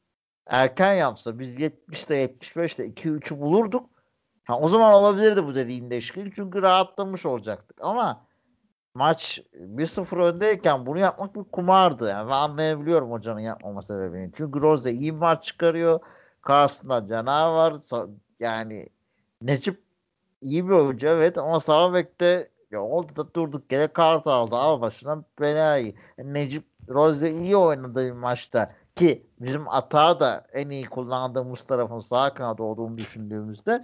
erken yapsa biz 70'te 75'te 2-3'ü bulurduk. Ha, o zaman olabilirdi bu dediğin değişiklik. Çünkü rahatlamış olacaktık. Ama maç 1-0 öndeyken bunu yapmak bir kumardı. Yani ben anlayabiliyorum hocanın yapmama sebebini. Çünkü Rose iyi maç çıkarıyor. Karşısında Canavar yani Necip iyi bir oyuncu evet ama sağ bekte ya orada da durduk yere kart aldı. Al başına belayı. Necip Rose iyi oynadı bir maçta ki bizim atağı da en iyi kullandığımız tarafın sağ kanadı olduğunu düşündüğümüzde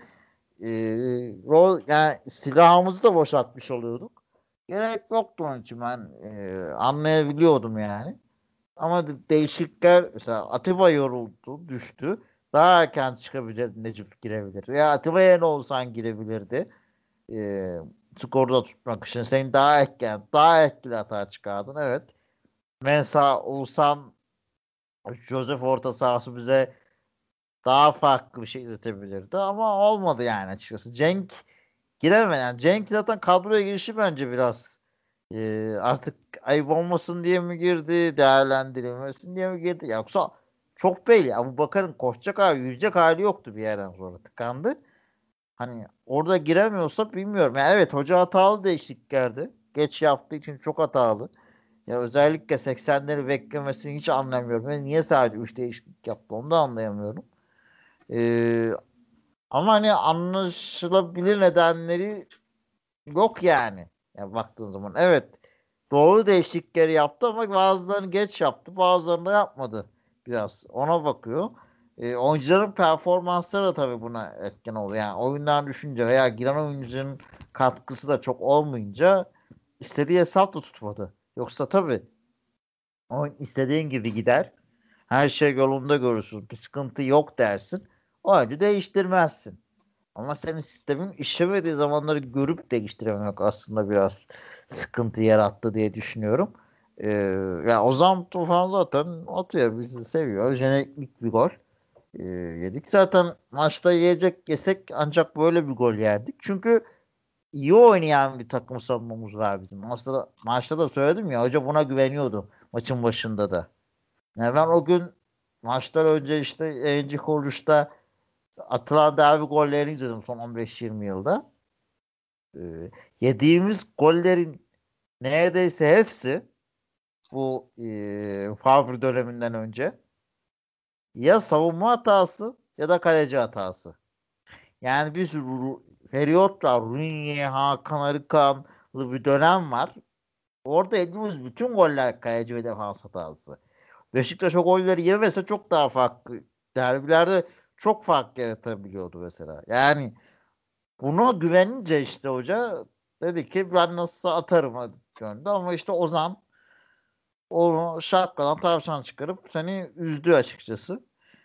yani silahımızı da boşaltmış oluyorduk. Gerek yoktu onun için ben anlayabiliyordum yani. Ama değişiklikler mesela Atiba yoruldu, düştü. Daha erken çıkabilir Necip girebilir. Veya Atiba'ya ne olsan girebilirdi. E, Skoru tutmak için. Senin daha etkili hata çıkardın. Evet. Mensah olsan Joseph orta sahası bize daha farklı bir şey izletebilirdi ama olmadı yani açıkçası. Cenk giremedi. Yani Cenk zaten kadroya girişi bence biraz artık ayıp olmasın diye mi girdi, değerlendirilmesin diye mi girdi? Yoksa çok belli. Abubakar'ın koşacak hali, yüzecek hali yoktu bir yerden sonra tıkandı. Hani orada giremiyorsa bilmiyorum. Yani evet hoca hatalı değişikliklerde. Geç yaptığı için çok hatalı. Ya özellikle 80'leri beklemesini hiç anlamıyorum. Yani niye sadece 3 değişiklik yaptı onu da anlayamıyorum. Ee, ama hani anlaşılabilir nedenleri yok yani. Ya baktığın zaman evet doğru değişiklikleri yaptı ama bazılarını geç yaptı, bazılarını da yapmadı. Biraz ona bakıyor. Oyuncuların performansları da tabii buna etken oluyor. Yani oyundan düşünce veya giren oyuncunun katkısı da çok olmayınca istediği hesap da tutmadı. Yoksa tabii oyun istediğin gibi gider. Her şey yolunda görürsün. Bir sıkıntı yok dersin. Oyuncu değiştirmezsin. Ama senin sistemin işlemediği zamanları görüp değiştirememek aslında biraz sıkıntı yarattı diye düşünüyorum. Yani Ozan Tufan zaten atıyor. Bizi seviyor. Jeneriklik bir gol yedik. Zaten maçta yesek ancak böyle bir gol yerdik. Çünkü iyi oynayan bir takım savunmamız var bizim. Maçta da söyledim ya hoca buna güveniyordu maçın başında da. Yani ben o gün maçtan önce işte yayıncı kuruluşta atılan derbi gollerini izledim son 15-20 yılda. Ee, yediğimiz gollerin neredeyse hepsi bu Favre döneminden önce ya savunma hatası ya da kaleci hatası. Yani bir sürü periyot var. Rooney, Hakan Arıkanlı bir dönem var. Orada yediğimiz bütün goller kaleci ve defans hatası. Beşiktaş o golleri yemese çok daha farklı. Derbilerde çok fark yaratabiliyordu mesela. Yani buna güvenince işte hoca dedi ki ben nasıl atarım döndü ama işte Ozan onu şapkadan tavşan çıkarıp seni üzdü açıkçası.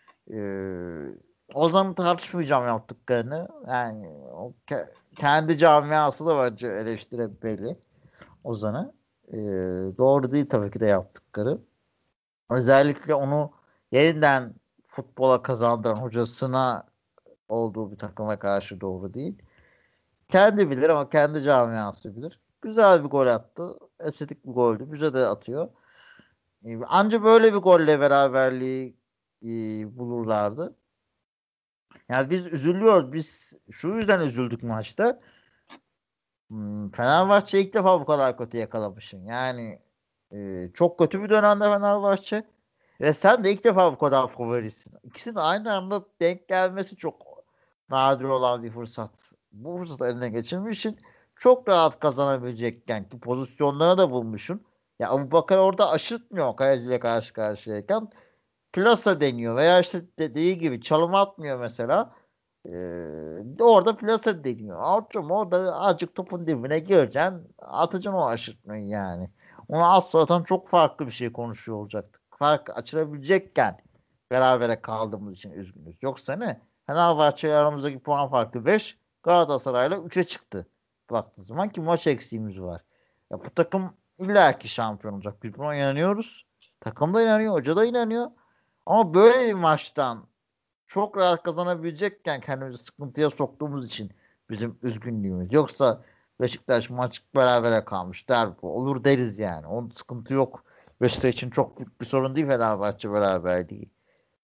Ozan'ı tartışmayacağım yaptıklarını. Yani kendi camiası da bence eleştirebilmeli Ozan'ı. Ee, doğru değil tabii ki de yaptıkları. Özellikle onu yeniden futbola kazandıran hocasına olduğu bir takıma karşı doğru değil. Kendi bilir ama kendi camiası bilir. Güzel bir gol attı. Estetik bir goldü. Bize de atıyor. Anca böyle bir golle beraberliği bulurlardı. Yani biz üzülüyoruz. Biz şu yüzden üzüldük maçta. Fenerbahçe ilk defa bu kadar kötü yakalamışsın. Yani çok kötü bir dönemde Fenerbahçe. Ve sen de ilk defa bu kadar favorisin. İkisinin aynı anda denk gelmesi çok nadir olan bir fırsat. Bu fırsatı eline geçirmişsin. Çok rahat kazanabilecekken ki pozisyonları da bulmuşsun. Ya Abubakar orada aşırtmıyor kaleciyle karşı karşıyayken. Plasa deniyor veya işte dediği gibi çalım atmıyor mesela. Orada plasa deniyor. Avcım orada azıcık topun dibine gireceksin. Atacaksın o aşırtmayı yani. Onu asla çok farklı bir şey konuşuyor olacaktık. Fark açılabilecekken berabere kaldığımız için üzgünüz. Yoksa ne? Fenerbahçe aramızdaki puan farkı 5. Galatasaray'la 3'e çıktı. Baktığı zaman ki maç eksiğimiz var. Ya bu takım illaki şampiyon olacak. Biz buna inanıyoruz. Takım da inanıyor. Hoca da inanıyor. Ama böyle bir maçtan çok rahat kazanabilecekken kendimizi sıkıntıya soktuğumuz için bizim üzgünlüğümüz. Yoksa Beşiktaş maç berabere kalmış derbi olur deriz yani. Onun sıkıntı yok. Beşiktaş için çok büyük bir sorun değil Fenerbahçe beraberliği.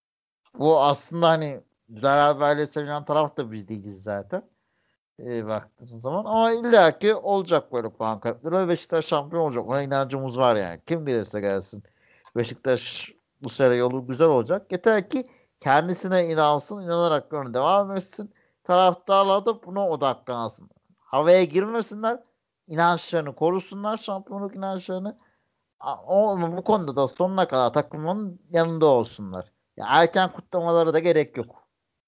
Bu aslında hani beraberliğe sevinen taraf da biz değiliz zaten. Baktığınız zaman. Ama illa ki olacak böyle puan kayıpları ve Beşiktaş şampiyon olacak. Ona inancımız var yani. Kim gelirse gelsin. Beşiktaş bu sene yolu güzel olacak. Yeter ki kendisine inansın, inanarak yoluna devam etsin. Taraftarlar da buna odaklansın. Havaya girmesinler. İnançlarını korusunlar, şampiyonluk inançlarını. Bu konuda da sonuna kadar takımın yanında olsunlar. Ya erken kutlamalara da gerek yok.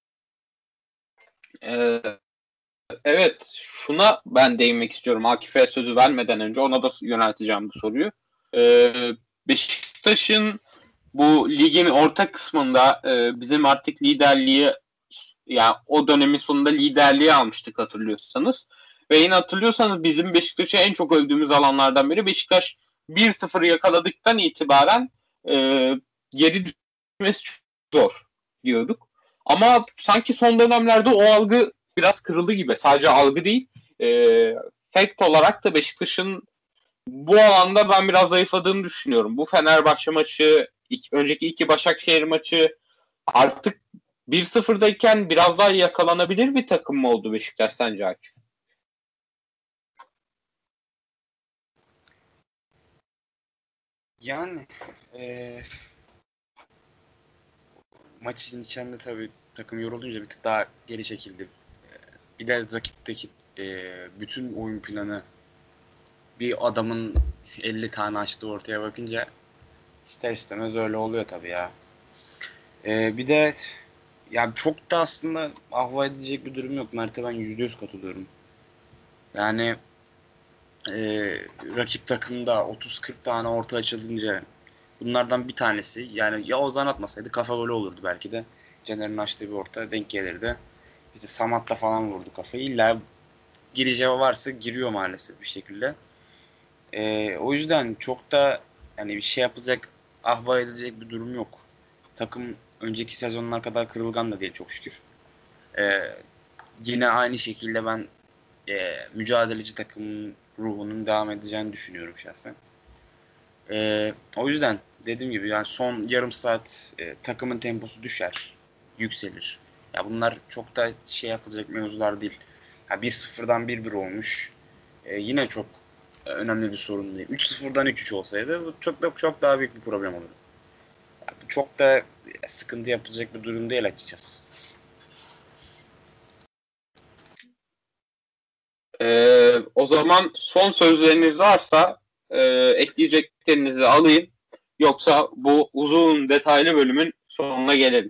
Ee, evet, şuna ben değinmek istiyorum. Akif'e sözü vermeden önce ona da yönelteceğim bu soruyu. Beşiktaş'ın bu ligin orta kısmında bizim artık liderliği, yani o dönemin sonunda liderliği almıştık hatırlıyorsanız. Ve yine hatırlıyorsanız bizim Beşiktaş'ı en çok övdüğümüz alanlardan biri, Beşiktaş 1-0 yakaladıktan itibaren geri düşmesi çok zor diyorduk. Ama sanki son dönemlerde o algı biraz kırıldı gibi. Sadece algı değil, fact olarak da Beşiktaş'ın bu alanda ben biraz zayıfladığını düşünüyorum. Bu Fenerbahçe maçı, önceki iki Başakşehir maçı, artık 1-0'dayken biraz daha yakalanabilir bir takım mı oldu Beşiktaş sence Akif? Yani maçın içinde tabii takım yorulunca bir tık daha geri çekildi. Bir de rakipteki bütün oyun planı bir adamın 50 tane açtığı ortaya bakınca ister istemez öyle oluyor tabii ya. Bir de yani çok da aslında ahva edilecek bir durum yok. Mert'e ben %100 katılıyorum. Yani rakip takımda 30-40 tane orta açılınca bunlardan bir tanesi, yani ya Ozan atmasaydı kafa golü olurdu belki de. Caner'in açtığı bir orta denk gelirdi. İşte Samat'ta falan vurdu kafayı. İlla gireceği varsa giriyor maalesef bir şekilde. O yüzden çok da yani bir şey yapılacak, ahva edilecek bir durum yok. Takım önceki sezonlar kadar kırılgan da değil çok şükür. Yine aynı şekilde ben mücadeleci takımın ruhunun devam edeceğini düşünüyorum şahsen. O yüzden dediğim gibi yani son yarım saat takımın temposu düşer, yükselir. Ya bunlar çok da şey yapılacak mevzular değil. Ya 1-0'dan 1-1 olmuş. Yine çok önemli bir sorun değil. 3-0'dan 3-3 olsaydı bu çok daha büyük bir problem olurdu. Yani çok da sıkıntı yapılacak bir durum değil açıkçası. O zaman son sözleriniz varsa ekleyeceklerinizi alayım. Yoksa bu uzun detaylı bölümün sonuna gelelim.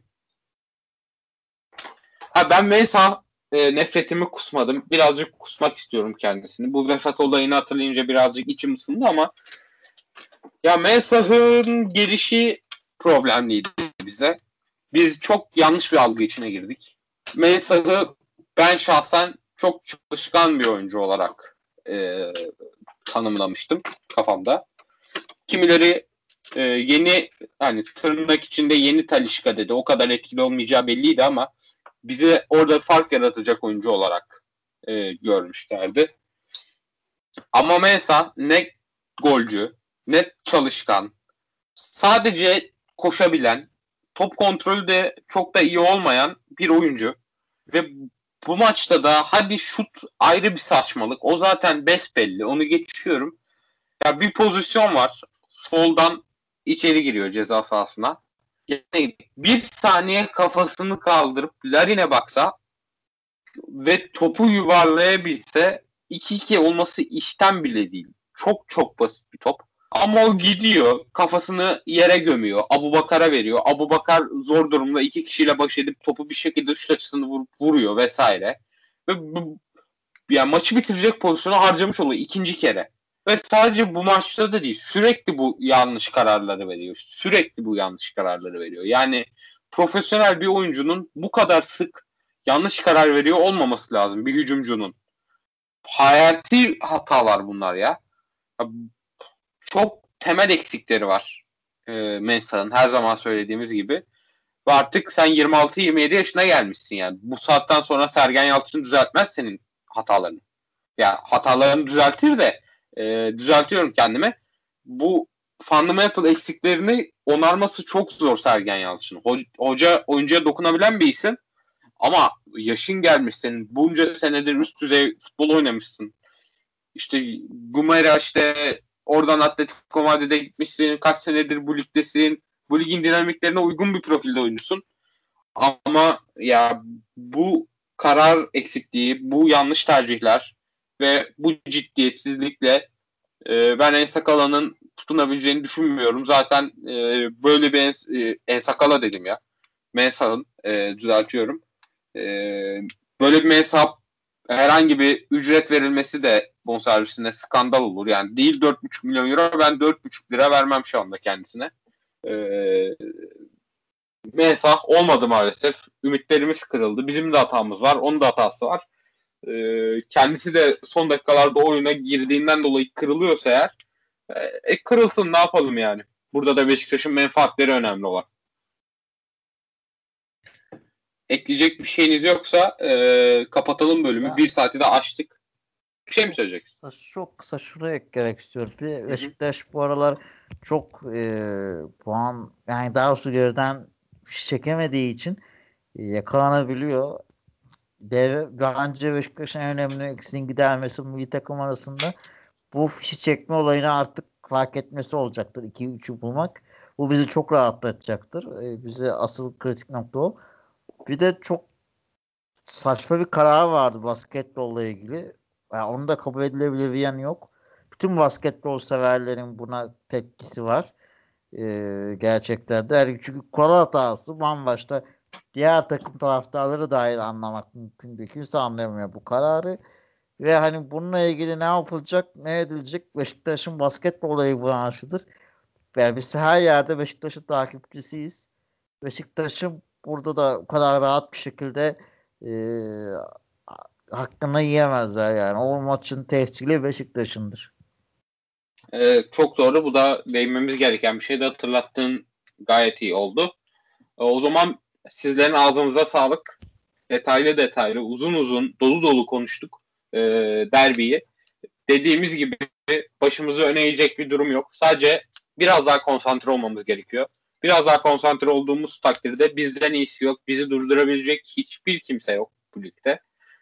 Ben Mensah nefretimi kusmadım. Birazcık kusmak istiyorum kendisini. Bu vefat olayını hatırlayınca birazcık içim ısındı ama ya Mensah'ın gelişi problemliydi bize. Biz çok yanlış bir algı içine girdik. Mensah'ı ben şahsen çok çalışkan bir oyuncu olarak tanımlamıştım kafamda. Kimileri yeni, hani tırnak içinde yeni Talisca dedi. O kadar etkili olmayacağı belliydi ama bize orada fark yaratacak oyuncu olarak görmüşlerdi. Ama Mensah ne golcü, ne çalışkan, sadece koşabilen, top kontrolü de çok da iyi olmayan bir oyuncu. Ve bu maçta da hadi şut ayrı bir saçmalık. O zaten besbelli. Onu geçiyorum. Ya bir pozisyon var. Soldan içeri giriyor ceza sahasına. Yani bir saniye kafasını kaldırıp Larin'e baksa ve topu yuvarlayabilse 2-2 olması işten bile değil. Çok çok basit bir top. Ama o gidiyor, kafasını yere gömüyor. Abubakar'a veriyor. Abubakar zor durumda iki kişiyle baş edip topu bir şekilde şut açısını vuruyor vesaire. Ve yani maçı bitirecek pozisyonu harcamış oluyor ikinci kere. Ve sadece bu maçta da değil, sürekli bu yanlış kararları veriyor. Sürekli bu yanlış kararları veriyor. Yani profesyonel bir oyuncunun bu kadar sık yanlış karar veriyor olmaması lazım bir hücumcunun. Hayati hatalar bunlar ya. Çok temel eksikleri var Mensah'ın, her zaman söylediğimiz gibi. Ve artık sen 26-27 yaşına gelmişsin yani. Bu saatten sonra Sergen Yalçın düzeltmez senin hatalarını. Ya hatalarını düzeltir de düzeltiyorum kendime. Bu fundamental eksiklerini onarması çok zor Sergen Yalçın. Hoca oyuncuya dokunabilen bir isim ama yaşın gelmiş senin. Bunca senedir üst düzey futbol oynamışsın. İşte Gumera işte oradan Atletico Madrid'e gitmişsin. Kaç senedir bu ligdesin. Bu ligin dinamiklerine uygun bir profilde oyuncusun. Ama ya bu karar eksikliği, bu yanlış tercihler ve bu ciddiyetsizlikle ben Ensakala'nın tutunabileceğini düşünmüyorum. Zaten böyle bir Ensakala dedim ya. Mensah'ın düzeltiyorum. E, Böyle bir Mensah herhangi bir ücret verilmesi de bonservisine skandal olur. Yani değil 4,5 milyon euro, ben 4,5 lira vermem şu anda kendisine. Mensah olmadı maalesef. Ümitlerimiz kırıldı. Bizim de hatamız var. Onun da hatası var. Kendisi de son dakikalarda oyuna girdiğinden dolayı kırılıyorsa eğer kırılsın, ne yapalım yani. Burada da Beşiktaş'ın menfaatleri önemli olan. Ekleyecek bir şeyiniz yoksa kapatalım bölümü. Ya, 1 saati de açtık. Bir şey mi söyleyeceksin? çok kısa şuraya eklemek istiyorum. Bir Beşiktaş bu aralar çok puan, yani daha doğrusu geriden fiş çekemediği için yakalanabiliyor. Bence Beşiktaş'ın en önemli eksiğin gidermesi milli takım arasında bu fişi çekme olayını artık fark etmesi olacaktır. 2-3'ü bulmak. Bu bizi çok rahatlatacaktır. Bize asıl kritik nokta o. Bir de çok saçma bir karar vardı basketbolla ilgili. Yani onu da kabul edilebilir bir yanı yok. Bütün basketbol severlerin buna tepkisi var. Gerçekten de. Yani çünkü kural hatası bambaşka. Diğer takım taraftarları dair anlamak mümkün değil. Kimse anlayamıyor bu kararı. Ve hani bununla ilgili ne yapılacak, ne edilecek? Beşiktaş'ın basketbolla ilgili branşıdır. Yani biz her yerde Beşiktaş'ın takipçisiyiz. Beşiktaş'ın burada da o kadar rahat bir şekilde e, hakkını yiyemezler yani. O maçın tescili Beşiktaş'ındır. Çok doğru. Bu da değinmemiz gereken bir şey de hatırlattığın gayet iyi oldu. O zaman sizlerin ağzınıza sağlık. Detaylı, uzun uzun, dolu dolu konuştuk derbiyi. Dediğimiz gibi başımızı öne eğecek bir durum yok. Sadece biraz daha konsantre olmamız gerekiyor. Biraz daha konsantre olduğumuz takdirde bizden iyisi yok. Bizi durdurabilecek hiçbir kimse yok bu ligde.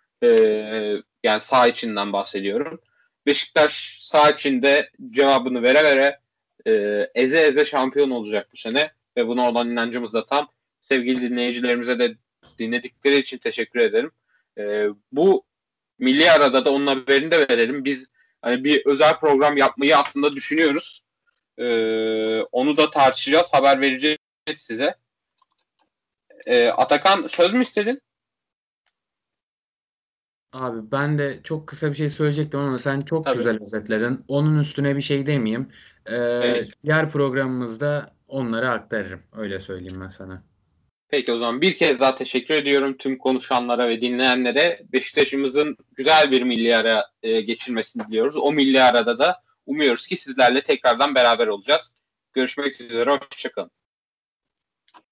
Yani saha içinden bahsediyorum. Beşiktaş saha içinde cevabını vere vere eze eze şampiyon olacak bu sene ve buna olan inancımız da tam. Sevgili dinleyicilerimize de dinledikleri için teşekkür ederim. Bu milli arada da onun haberini de verelim. Biz hani bir özel program yapmayı aslında düşünüyoruz. Onu da tartışacağız, haber vereceğiz size. Atakan, söz mü istedin? Abi ben de çok kısa bir şey söyleyecektim ama sen çok Tabii. güzel özetledin. Onun üstüne bir şey demeyeyim. Evet. Diğer programımızda onları aktarırım. Öyle söyleyeyim ben sana. Peki o zaman bir kez daha teşekkür ediyorum tüm konuşanlara ve dinleyenlere. Beşiktaş'ımızın güzel bir milli ara geçirmesini diliyoruz. O milli arada da umuyoruz ki sizlerle tekrardan beraber olacağız. Görüşmek üzere, hoşçakalın.